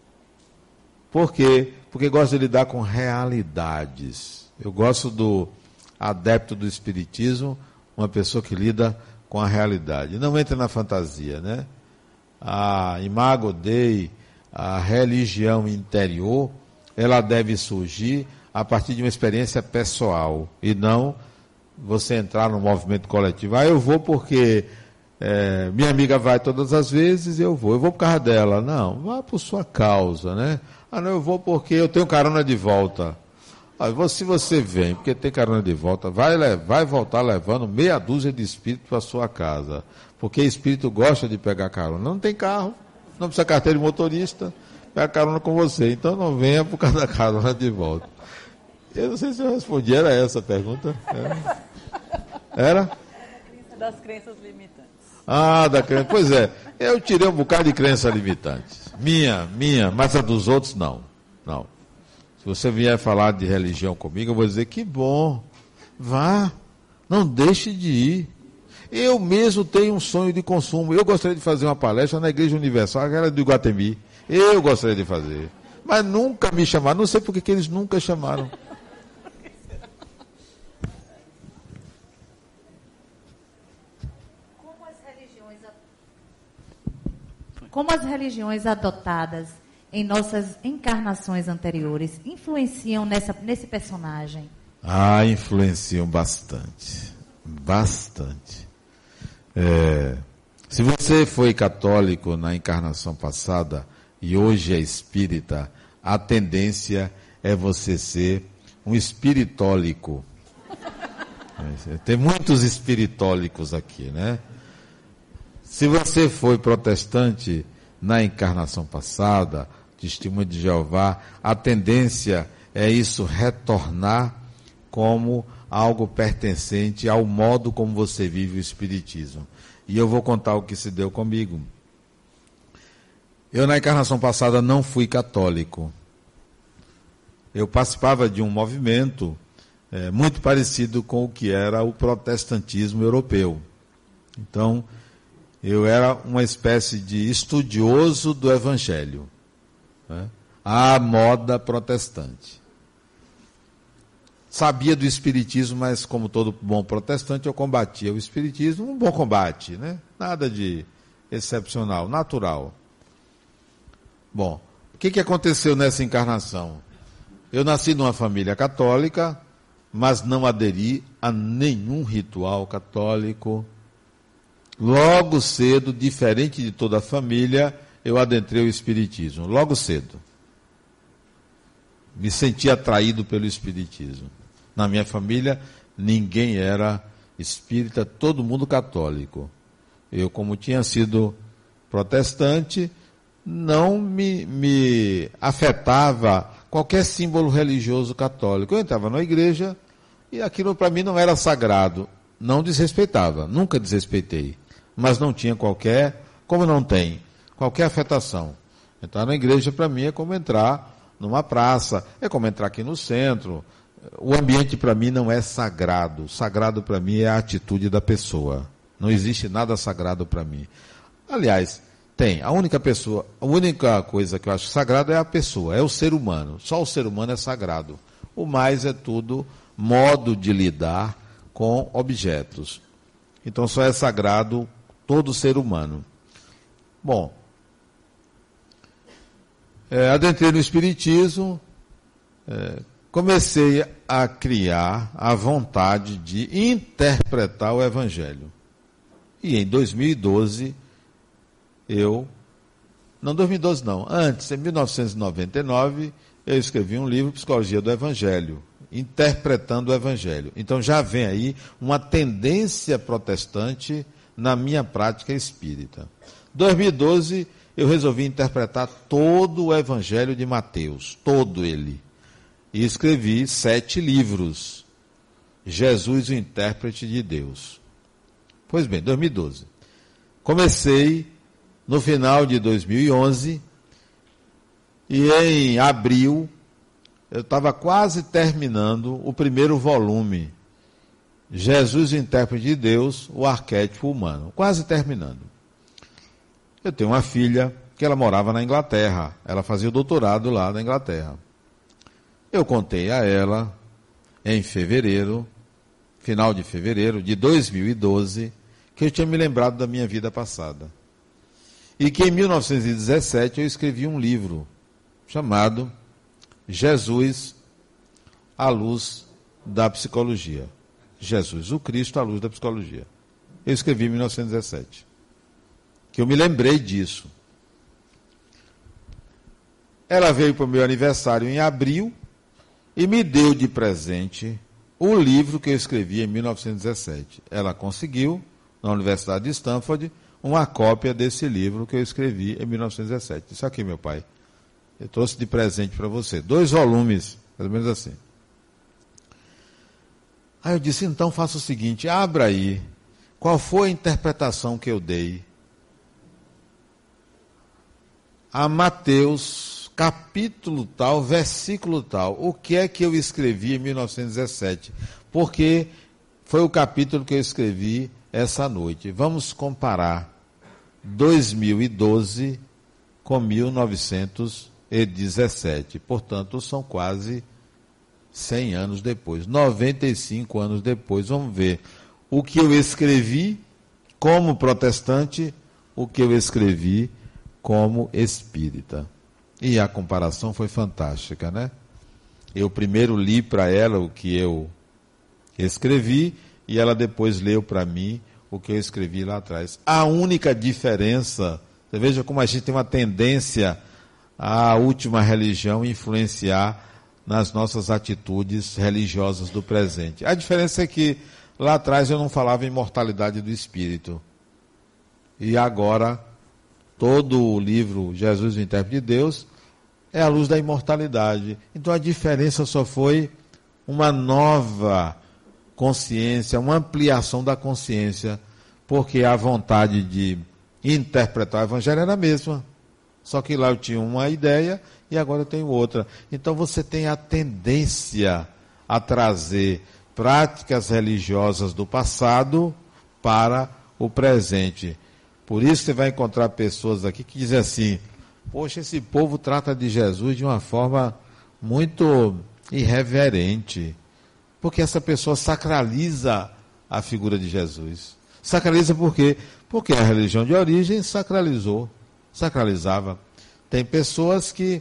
Por quê? Porque gosta de lidar com realidades. Eu gosto do adepto do espiritismo, uma pessoa que lida com a realidade. Não entra na fantasia, né? A Imago Dei, a religião interior, ela deve surgir a partir de uma experiência pessoal e não você entrar no movimento coletivo. Ah, eu vou porque é, minha amiga vai todas as vezes, eu vou. Eu vou por causa dela. Não, vá por sua causa, né? Ah, não, eu vou porque eu tenho carona de volta. Ah, se você vem porque tem carona de volta, vai, vai voltar levando meia dúzia de espíritos para sua casa. Porque espírito gosta de pegar carona. Não tem carro, não precisa carteira de motorista, pega carona com você. Então não venha por causa da carona de volta. Eu não sei se eu respondi, era essa a pergunta? Era? Era? Das crenças limitantes. Ah, da crença. Pois é, eu tirei um bocado de crença limitante. Minha, minha, mas a dos outros não. Não. Se você vier falar de religião comigo, eu vou dizer que bom. Vá, não deixe de ir. Eu mesmo tenho um sonho de consumo. Eu gostaria de fazer uma palestra na Igreja Universal, aquela do Iguatemi. Eu gostaria de fazer. Mas nunca me chamaram. Não sei por que eles nunca chamaram. como as religiões adotadas em nossas encarnações anteriores influenciam nessa, nesse personagem? Ah, influenciam bastante. Bastante. É, se você foi católico na encarnação passada e hoje é espírita, a tendência é você ser um espiritólico. Tem muitos espiritólicos aqui, né? Se você foi protestante na encarnação passada, testemunha de Jeová, a tendência é isso retornar como algo pertencente ao modo como você vive o espiritismo. E eu vou contar o que se deu comigo. Eu na encarnação passada não fui católico. Eu participava de um movimento é, muito parecido com o que era o protestantismo europeu. Então, eu era uma espécie de estudioso do Evangelho, né? À moda protestante. Sabia do espiritismo, mas como todo bom protestante, eu combatia o espiritismo, um bom combate, né? Nada de excepcional, natural. Bom, o que, que aconteceu nessa encarnação? Eu nasci numa família católica, mas não aderi a nenhum ritual católico. Logo cedo, diferente de toda a família, eu adentrei o espiritismo. Logo cedo. Me senti atraído pelo espiritismo. Na minha família, ninguém era espírita, todo mundo católico. Eu, como tinha sido protestante, não me, me afetava qualquer símbolo religioso católico. Eu entrava na igreja e aquilo para mim não era sagrado. Não desrespeitava, nunca desrespeitei. Mas não tinha qualquer, como não tem, qualquer afetação. Entrar na igreja para mim é como entrar numa praça, é como entrar aqui no centro. O ambiente para mim não é sagrado. Sagrado para mim é a atitude da pessoa. Não existe nada sagrado para mim. Aliás, tem. A única pessoa, a única coisa que eu acho sagrado é a pessoa, é o ser humano. Só o ser humano é sagrado. O mais é tudo modo de lidar com objetos. Então só é sagrado todo ser humano. Bom, é, adentrei no espiritismo, é, comecei a criar a vontade de interpretar o Evangelho. E em dois mil e doze, eu, não dois mil e doze não, antes, em mil novecentos e noventa e nove, eu escrevi um livro, Psicologia do Evangelho, interpretando o Evangelho. Então já vem aí uma tendência protestante na minha prática espírita. Em dois mil e doze, eu resolvi interpretar todo o Evangelho de Mateus, todo ele. E escrevi sete livros. Jesus, o intérprete de Deus. Pois bem, dois mil e doze. Comecei no final de dois mil e onze e em abril eu estava quase terminando o primeiro volume. Jesus, o intérprete de Deus, o arquétipo humano. Quase terminando. Eu tenho uma filha que ela morava na Inglaterra. Ela fazia o doutorado lá na Inglaterra. Eu contei a ela, em fevereiro, final de fevereiro de dois mil e doze, que eu tinha me lembrado da minha vida passada. E que em mil novecentos e dezessete eu escrevi um livro chamado Jesus, à luz da psicologia. Jesus, o Cristo, à luz da psicologia. Eu escrevi em mil novecentos e dezessete. Que eu me lembrei disso. Ela veio para o meu aniversário em abril e me deu de presente o livro que eu escrevi em mil novecentos e dezessete. Ela conseguiu, na Universidade de Stanford, uma cópia desse livro que eu escrevi em mil novecentos e dezessete. Isso aqui, meu pai. Eu trouxe de presente para você. Dois volumes, pelo menos assim. Aí eu disse, então faça o seguinte, abra aí. Qual foi a interpretação que eu dei a Mateus, capítulo tal, versículo tal? O que é que eu escrevi em mil novecentos e dezessete? Porque foi o capítulo que eu escrevi essa noite. Vamos comparar dois mil e doze com mil novecentos e dezessete. Portanto, são quase cem anos depois, noventa e cinco anos depois. Vamos ver o que eu escrevi como protestante, o que eu escrevi como espírita. E a comparação foi fantástica, né? Eu primeiro li para ela o que eu escrevi e ela depois leu para mim o que eu escrevi lá atrás. A única diferença, você veja como a gente tem uma tendência à última religião influenciar nas nossas atitudes religiosas do presente. A diferença é que lá atrás eu não falava em imortalidade do espírito. E agora, todo o livro Jesus, o Intérprete de Deus, é a luz da imortalidade. Então a diferença só foi uma nova consciência, uma ampliação da consciência, porque a vontade de interpretar o Evangelho era a mesma. Só que lá eu tinha uma ideia e agora eu tenho outra. Então você tem a tendência a trazer práticas religiosas do passado para o presente. Por isso você vai encontrar pessoas aqui que dizem assim: poxa, esse povo trata de Jesus de uma forma muito irreverente. Porque essa pessoa sacraliza a figura de Jesus. Sacraliza por quê? Porque a religião de origem sacralizou, sacralizava. Tem pessoas que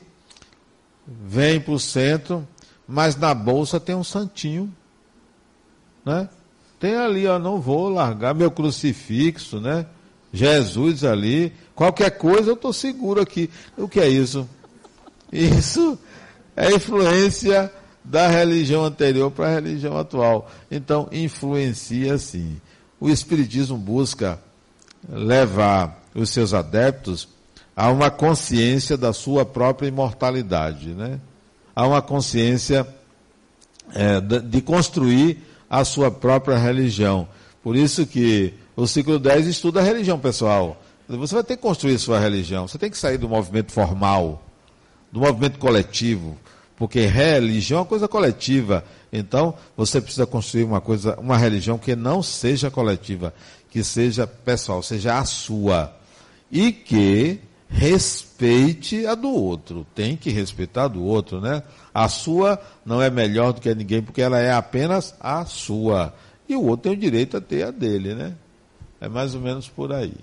vêm para o centro, mas na bolsa tem um santinho, né? Tem ali, ó, não vou largar meu crucifixo, né? Jesus ali, qualquer coisa eu estou seguro aqui. O que é isso? Isso é influência da religião anterior para a religião atual. Então, influencia sim. O Espiritismo busca levar os seus adeptos a uma consciência da sua própria imortalidade, né? A uma consciência é, de construir a sua própria religião. Por isso que o ciclo dez estuda a religião pessoal. Você vai ter que construir a sua religião. Você tem que sair do movimento formal, do movimento coletivo. Porque religião é uma coisa coletiva. Então, você precisa construir uma coisa, uma religião que não seja coletiva, que seja pessoal, seja a sua. E que respeite a do outro. Tem que respeitar a do outro, né? A sua não é melhor do que a ninguém, porque ela é apenas a sua. E o outro tem o direito a ter a dele, né? É mais ou menos por aí.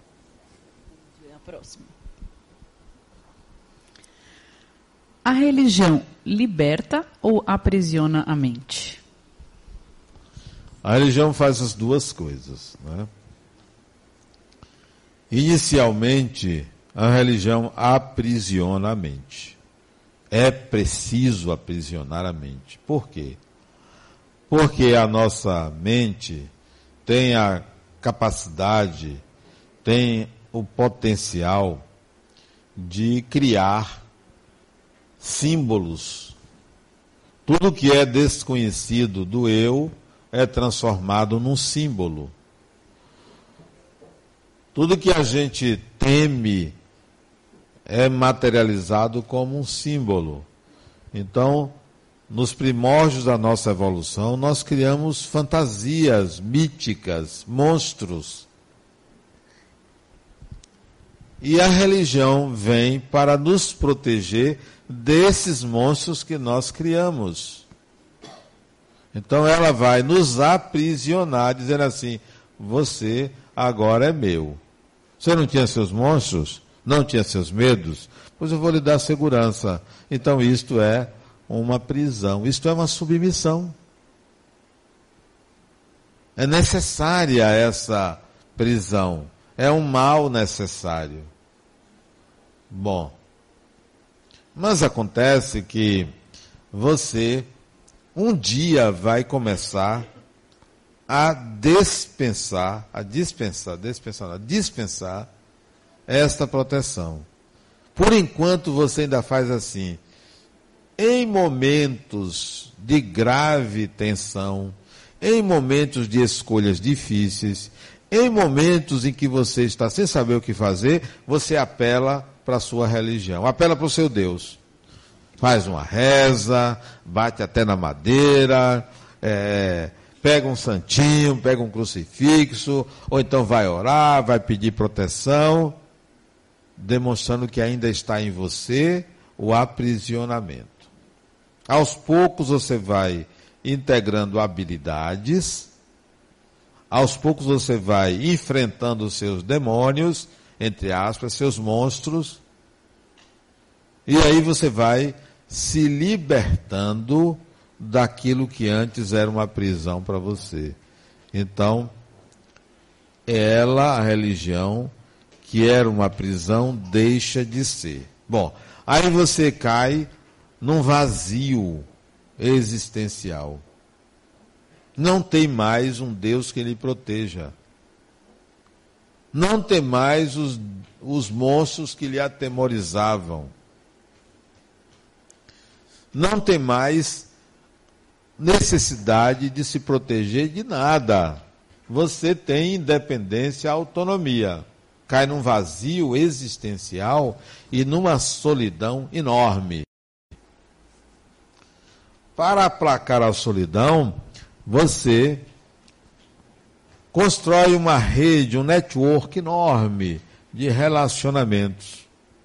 A próxima. A religião liberta ou aprisiona a mente? A religião faz as duas coisas, né? Inicialmente, a religião aprisiona a mente. É preciso aprisionar a mente. Por quê? Porque a nossa mente tem a capacidade, tem o potencial de criar símbolos. Tudo que é desconhecido do eu é transformado num símbolo. Tudo que a gente teme é materializado como um símbolo. Então, nos primórdios da nossa evolução, nós criamos fantasias míticas, monstros. E a religião vem para nos proteger desses monstros que nós criamos. Então ela vai nos aprisionar, dizendo assim: você agora é meu. Você não tinha seus monstros? Não tinha seus medos? Pois eu vou lhe dar segurança. Então isto é uma prisão, isto é uma submissão. É necessária essa prisão. É um mal necessário. Bom, mas acontece que você um dia vai começar a dispensar, a dispensar, dispensar, a dispensar esta proteção. Por enquanto você ainda faz assim. Em momentos de grave tensão, em momentos de escolhas difíceis, em momentos em que você está sem saber o que fazer, você apela para a sua religião, apela para o seu Deus. Faz uma reza, bate até na madeira, é, pega um santinho, pega um crucifixo, ou então vai orar, vai pedir proteção, demonstrando que ainda está em você o aprisionamento. Aos poucos você vai integrando habilidades, aos poucos você vai enfrentando os seus demônios, entre aspas, seus monstros, e aí você vai se libertando daquilo que antes era uma prisão para você. Então, ela, a religião, que era uma prisão, deixa de ser. Bom, aí você cai num vazio existencial. Não tem mais um Deus que lhe proteja. Não tem mais os, os monstros que lhe atemorizavam. Não tem mais necessidade de se proteger de nada. Você tem independência, autonomia. Cai num vazio existencial e numa solidão enorme. Para aplacar a solidão, você constrói uma rede, um network enorme de relacionamentos.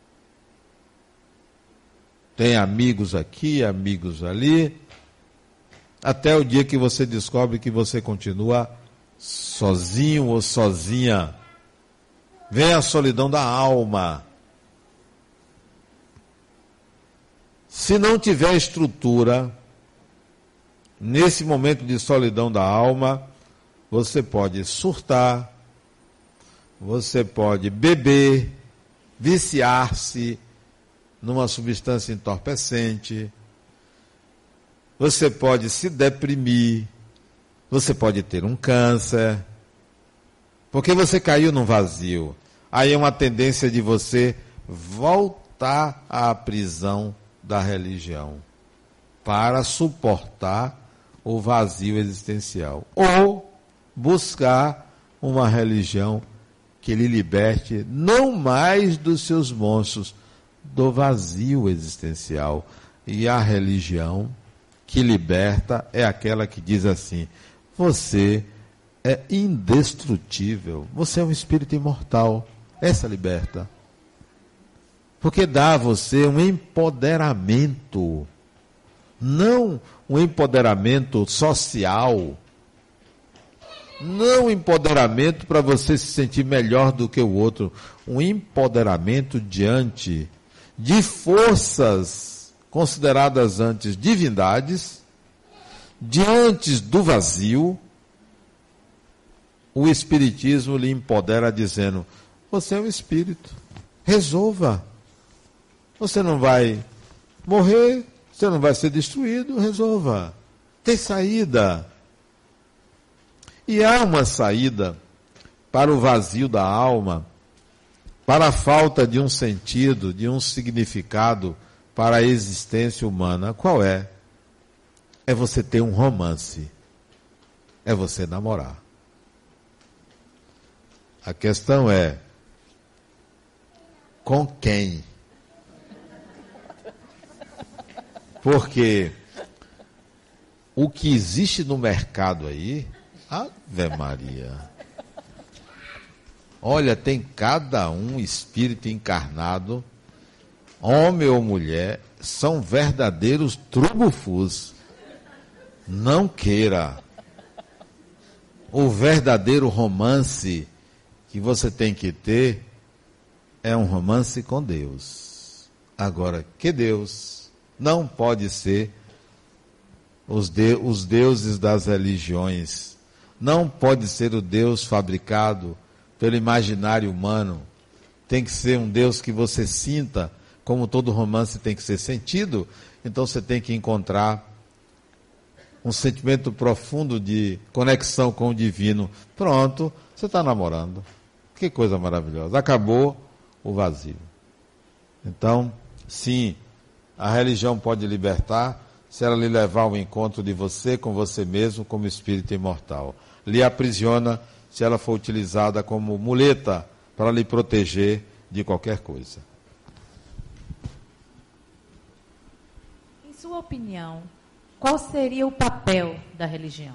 Tem amigos aqui, amigos ali, até o dia que você descobre que você continua sozinho ou sozinha. Vem a solidão da alma. Se não tiver estrutura, nesse momento de solidão da alma, você pode surtar, você pode beber, viciar-se numa substância entorpecente, você pode se deprimir, você pode ter um câncer, porque você caiu num vazio. Aí é uma tendência de você voltar à prisão da religião para suportar o vazio existencial. Ou buscar uma religião que lhe liberte não mais dos seus monstros, do vazio existencial. E a religião que liberta é aquela que diz assim: você é indestrutível, você é um espírito imortal. Essa liberta. Porque dá a você um empoderamento, não um empoderamento social, não um empoderamento para você se sentir melhor do que o outro, um empoderamento diante de forças consideradas antes divindades, diante do vazio. O Espiritismo lhe empodera dizendo: você é um espírito, resolva. Você não vai morrer, você não vai ser destruído, resolva. Tem saída. E há uma saída para o vazio da alma, para a falta de um sentido, de um significado para a existência humana. Qual é? É você ter um romance. É você namorar. A questão é: com quem? Porque o que existe no mercado aí, Ave Maria. Olha, tem cada um espírito encarnado, homem ou mulher, são verdadeiros trubufus. Não queira. O verdadeiro romance que você tem que ter é um romance com Deus. Agora, que Deus? Não pode ser os, de, os deuses das religiões. Não pode ser o Deus fabricado pelo imaginário humano. Tem que ser um Deus que você sinta, como todo romance tem que ser sentido. Então você tem que encontrar um sentimento profundo de conexão com o divino. Pronto, você está namorando. Que coisa maravilhosa. Acabou o vazio. Então, sim, a religião pode libertar se ela lhe levar ao encontro de você com você mesmo como espírito imortal. Lhe aprisiona se ela for utilizada como muleta para lhe proteger de qualquer coisa. Em sua opinião, qual seria o papel da religião?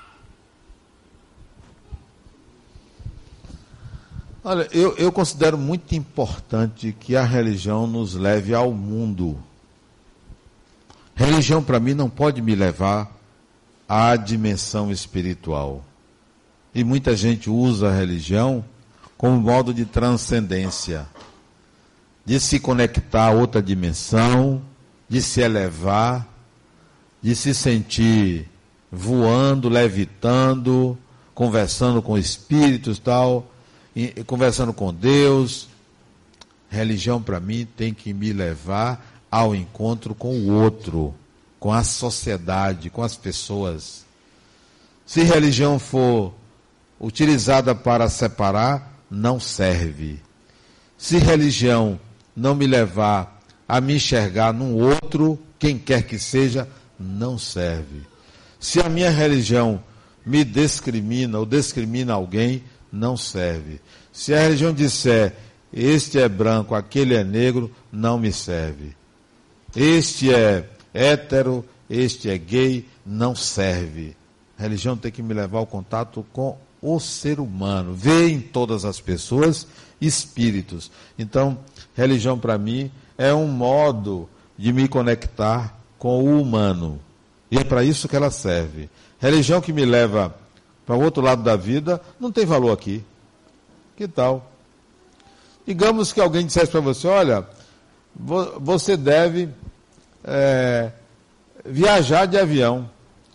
Olha, eu, eu considero muito importante que a religião nos leve ao mundo. Religião, para mim, não pode me levar à dimensão espiritual. E muita gente usa a religião como modo de transcendência, de se conectar a outra dimensão, de se elevar, de se sentir voando, levitando, conversando com espíritos, tal, e, conversando com Deus. Religião, para mim, tem que me levar ao encontro com o outro, com a sociedade, com as pessoas. Se religião for utilizada para separar, não serve. Se religião não me levar a me enxergar num outro, quem quer que seja, não serve. Se a minha religião me discrimina ou discrimina alguém, não serve. Se a religião disser, este é branco, aquele é negro, não me serve. Este é hétero, este é gay, não serve. A religião tem que me levar ao contato com o ser humano, ver em todas as pessoas espíritos. Então, religião para mim é um modo de me conectar com o humano. E é para isso que ela serve. Religião que me leva para o outro lado da vida não tem valor aqui. Que tal? Digamos que alguém dissesse para você, olha, você deve é, viajar de avião.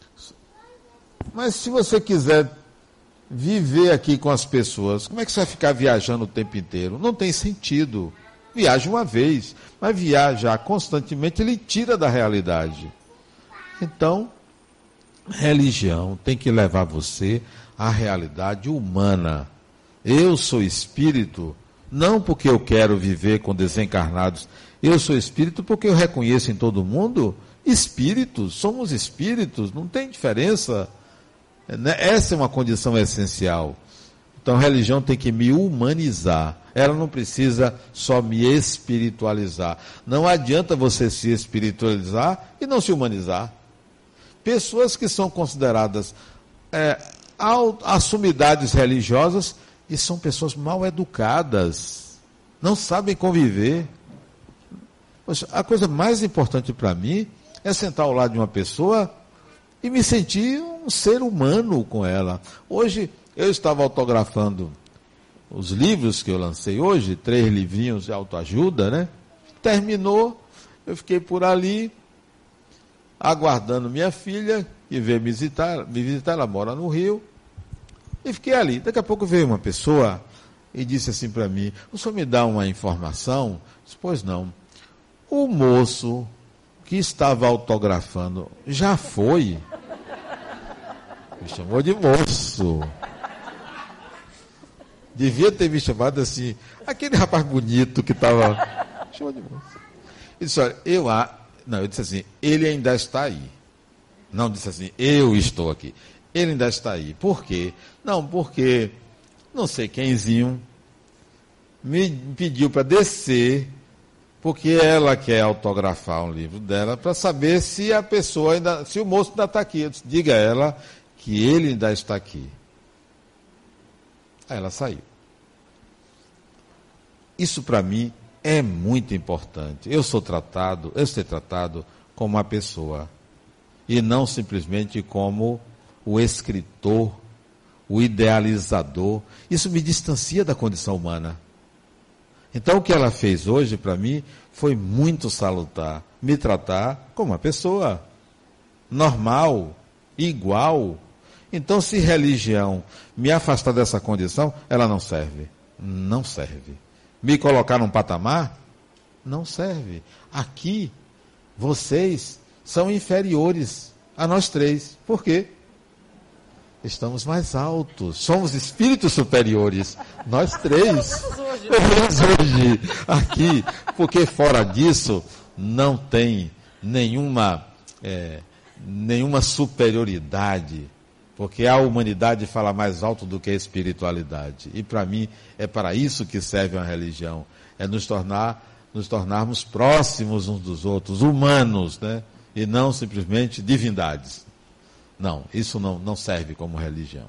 Mas se você quiser viver aqui com as pessoas, como é que você vai ficar viajando o tempo inteiro? Não tem sentido. Viaje uma vez, mas viajar constantemente ele tira da realidade. Então, religião tem que levar você à realidade humana. Eu sou espírito, não porque eu quero viver com desencarnados. Eu sou espírito porque eu reconheço em todo mundo espíritos. Somos espíritos, não tem diferença. Essa é uma condição essencial. Então, a religião tem que me humanizar. Ela não precisa só me espiritualizar. Não adianta você se espiritualizar e não se humanizar. Pessoas que são consideradas é, assumidades religiosas e são pessoas mal educadas, não sabem conviver. Poxa, a coisa mais importante para mim é sentar ao lado de uma pessoa e me sentir um ser humano com ela. Hoje eu estava autografando os livros que eu lancei hoje, três livrinhos de autoajuda, né? Terminou, eu fiquei por ali, aguardando minha filha, que veio me visitar, me visitar, ela mora no Rio, e fiquei ali. Daqui a pouco veio uma pessoa e disse assim para mim, o senhor me dá uma informação? Eu disse, pois não. O moço que estava autografando já foi? Me chamou de moço. Devia ter me chamado assim, aquele rapaz bonito que estava... Chamou de moço. Ele disse, olha, eu... Não, eu disse assim, ele ainda está aí. Não disse assim, eu estou aqui. Ele ainda está aí. Por quê? Não, porque não sei quemzinho me pediu para descer, porque ela quer autografar um livro dela, para saber se a pessoa ainda, se o moço ainda está aqui. Eu disse, diga a ela que ele ainda está aqui. Aí ela saiu. Isso para mim é muito importante. Eu sou tratado, eu ser tratado como uma pessoa e não simplesmente como o escritor, o idealizador. Isso me distancia da condição humana. Então o que ela fez hoje para mim foi muito salutar, me tratar como uma pessoa normal, igual. Então se religião me afastar dessa condição, ela não serve. Não serve. Me colocar num patamar? Não serve. Aqui, vocês são inferiores a nós três. Por quê? Estamos mais altos. Somos espíritos superiores. Nós três. Vemos hoje aqui. Porque fora disso, não tem nenhuma, é, nenhuma superioridade. Porque a humanidade fala mais alto do que a espiritualidade. E para mim, é para isso que serve uma religião. É nos tornar, nos tornarmos próximos uns dos outros, humanos, né? E não simplesmente divindades. Não, isso não, não serve como religião.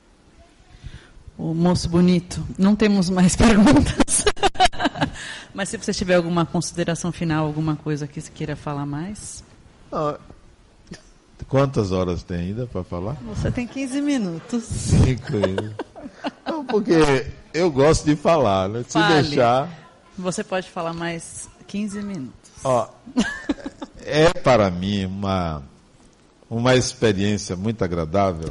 O moço bonito, não temos mais perguntas. Mas se você tiver alguma consideração final, alguma coisa que você queira falar mais... Não. Quantas horas tem ainda para falar? Você tem quinze minutos. Cinco. Não, porque eu gosto de falar, né? Se Fale. deixar... Você pode falar mais quinze minutos. Ó, é para mim uma, uma experiência muito agradável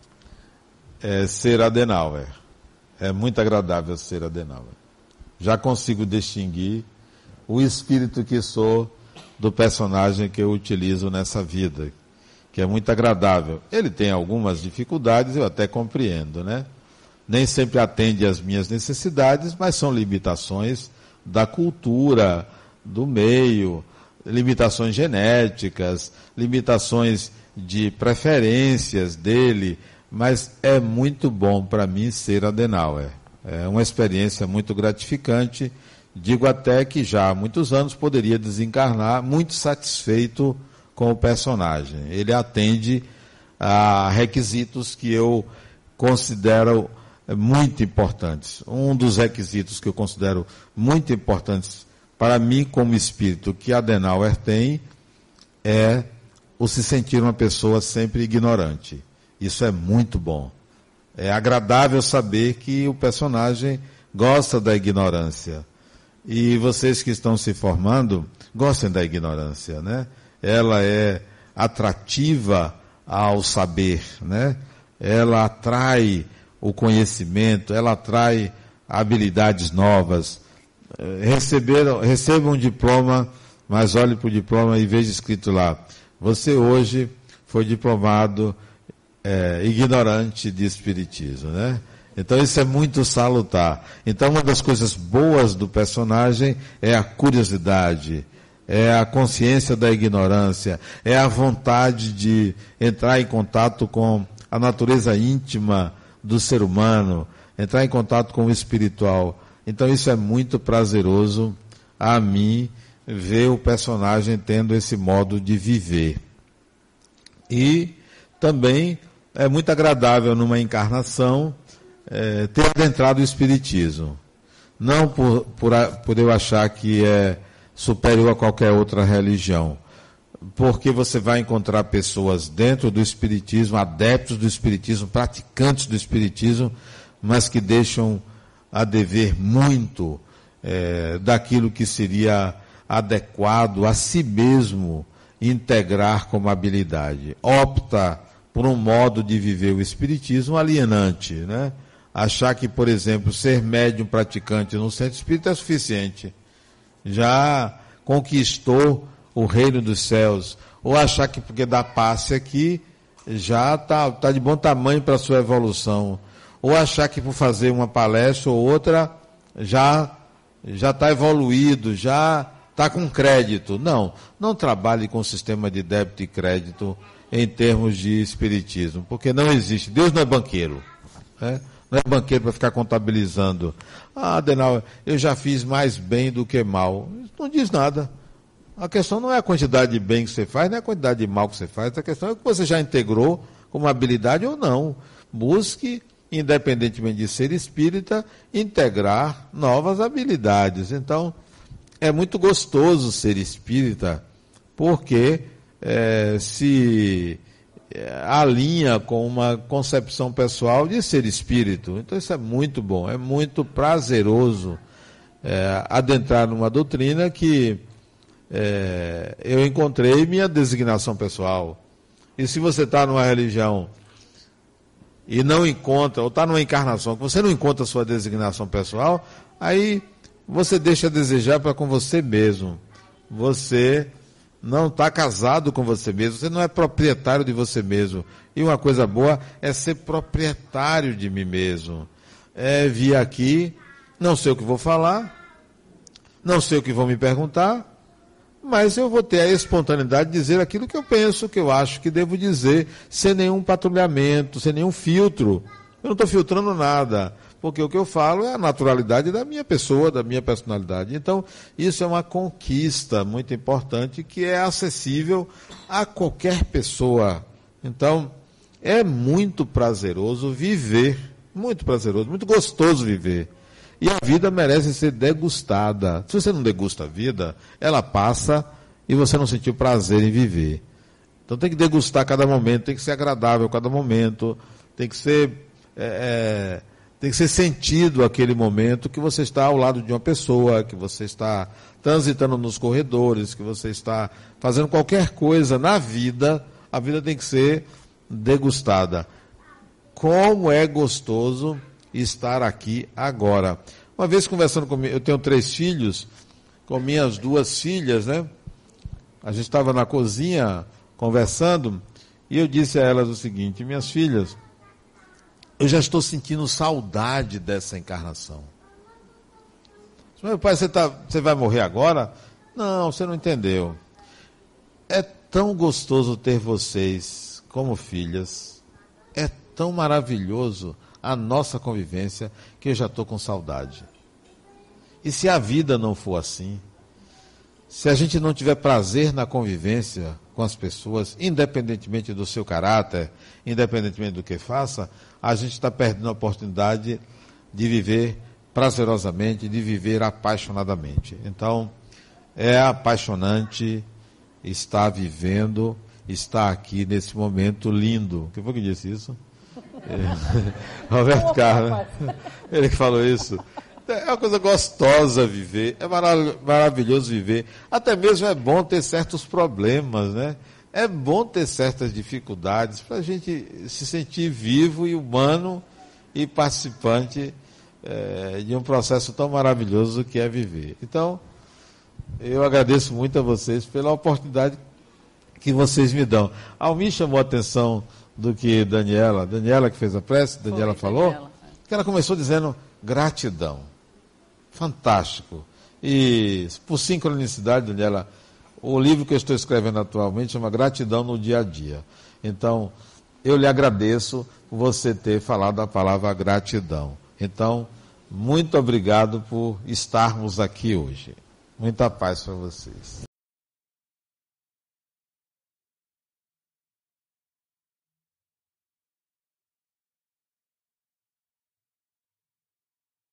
é, ser Adenauer. É muito agradável ser Adenauer. Já consigo distinguir o espírito que sou do personagem que eu utilizo nessa vida, que é muito agradável. Ele tem algumas dificuldades, eu até compreendo, né? Nem sempre atende às minhas necessidades, mas são limitações da cultura, do meio, limitações genéticas, limitações de preferências dele, mas é muito bom para mim ser Adenauer. É uma experiência muito gratificante. Digo até que já há muitos anos poderia desencarnar muito satisfeito com o personagem. Ele atende a requisitos que eu considero muito importantes. Um dos requisitos que eu considero muito importantes para mim como espírito que Adenauer tem é o se sentir uma pessoa sempre ignorante. Isso é muito bom. É agradável saber que o personagem gosta da ignorância. E vocês que estão se formando, gostem da ignorância, né? Ela é atrativa ao saber, né? Ela atrai o conhecimento, ela atrai habilidades novas. Receberam, recebam um diploma, mas olhe para o diploma e veja escrito lá: você hoje foi diplomado é, ignorante de espiritismo, né? Então isso é muito salutar. Então uma das coisas boas do personagem é a curiosidade, é a consciência da ignorância, é a vontade de entrar em contato com a natureza íntima do ser humano, entrar em contato com o espiritual. Então isso é muito prazeroso a mim, ver o personagem tendo esse modo de viver. E também é muito agradável numa encarnação é, ter adentrado o espiritismo. Não por, por, por eu achar que é superior a qualquer outra religião, porque você vai encontrar pessoas dentro do espiritismo, adeptos do espiritismo, praticantes do espiritismo, mas que deixam a dever muito é, daquilo que seria adequado a si mesmo integrar como habilidade. Opta por um modo de viver o espiritismo alienante, né? Achar que, por exemplo, ser médium praticante no centro espírita é suficiente. Já conquistou o reino dos céus. Ou achar que porque dá passe aqui, já está tá de bom tamanho para a sua evolução. Ou achar que por fazer uma palestra ou outra, já já está evoluído, já está com crédito. Não, não trabalhe com o sistema de débito e crédito em termos de espiritismo, porque não existe. Deus não é banqueiro, né? Não é banqueiro para ficar contabilizando. Ah, Adenauer, eu já fiz mais bem do que mal. Isso não diz nada. A questão não é a quantidade de bem que você faz, não é a quantidade de mal que você faz. A questão é que você já integrou como habilidade ou não. Busque, independentemente de ser espírita, integrar novas habilidades. Então, é muito gostoso ser espírita, porque é, se alinha com uma concepção pessoal de ser espírito. Então isso é muito bom, é muito prazeroso é, adentrar numa doutrina que é, eu encontrei minha designação pessoal. E se você está numa religião e não encontra, ou está numa encarnação que você não encontra a sua designação pessoal, aí você deixa a desejar para com você mesmo. Você não está casado com você mesmo, você não é proprietário de você mesmo. E uma coisa boa é ser proprietário de mim mesmo. É vir aqui, não sei o que vou falar, não sei o que vão me perguntar, mas eu vou ter a espontaneidade de dizer aquilo que eu penso, que eu acho que devo dizer, sem nenhum patrulhamento, sem nenhum filtro. Eu não estou filtrando nada, porque o que eu falo é a naturalidade da minha pessoa, da minha personalidade. Então, isso é uma conquista muito importante que é acessível a qualquer pessoa. Então, é muito prazeroso viver, muito prazeroso, muito gostoso viver. E a vida merece ser degustada. Se você não degusta a vida, ela passa e você não sentiu prazer em viver. Então tem que degustar cada momento, tem que ser agradável cada momento, tem que ser... É, é, Tem que ser sentido aquele momento que você está ao lado de uma pessoa, que você está transitando nos corredores, que você está fazendo qualquer coisa na vida. A vida tem que ser degustada. Como é gostoso estar aqui agora. Uma vez conversando com eu tenho três filhos, com minhas duas filhas, né? A gente estava na cozinha conversando e eu disse a elas o seguinte: minhas filhas, eu já estou sentindo saudade dessa encarnação. Meu pai, você, tá, você vai morrer agora? Não, você não entendeu. É tão gostoso ter vocês como filhas. É tão maravilhoso a nossa convivência que eu já estou com saudade. E se a vida não for assim, se a gente não tiver prazer na convivência com as pessoas, independentemente do seu caráter, independentemente do que faça, a gente está perdendo a oportunidade de viver prazerosamente, de viver apaixonadamente. Então, é apaixonante estar vivendo, estar aqui nesse momento lindo. Quem foi que disse isso? É, Roberto Carlos, ele que falou isso. É uma coisa gostosa viver, é marav- maravilhoso viver. Até mesmo é bom ter certos problemas, né? É bom ter certas dificuldades para a gente se sentir vivo e humano e participante é, de um processo tão maravilhoso que é viver. Então, eu agradeço muito a vocês pela oportunidade que vocês me dão. Almir chamou a atenção do que Daniela, Daniela que fez a prece, Daniela Foi, falou, Daniela. que ela começou dizendo gratidão. Fantástico. E, por sincronicidade, Daniela, o livro que eu estou escrevendo atualmente chama Gratidão no Dia a Dia. Então, eu lhe agradeço por você ter falado a palavra gratidão. Então, muito obrigado por estarmos aqui hoje. Muita paz para vocês.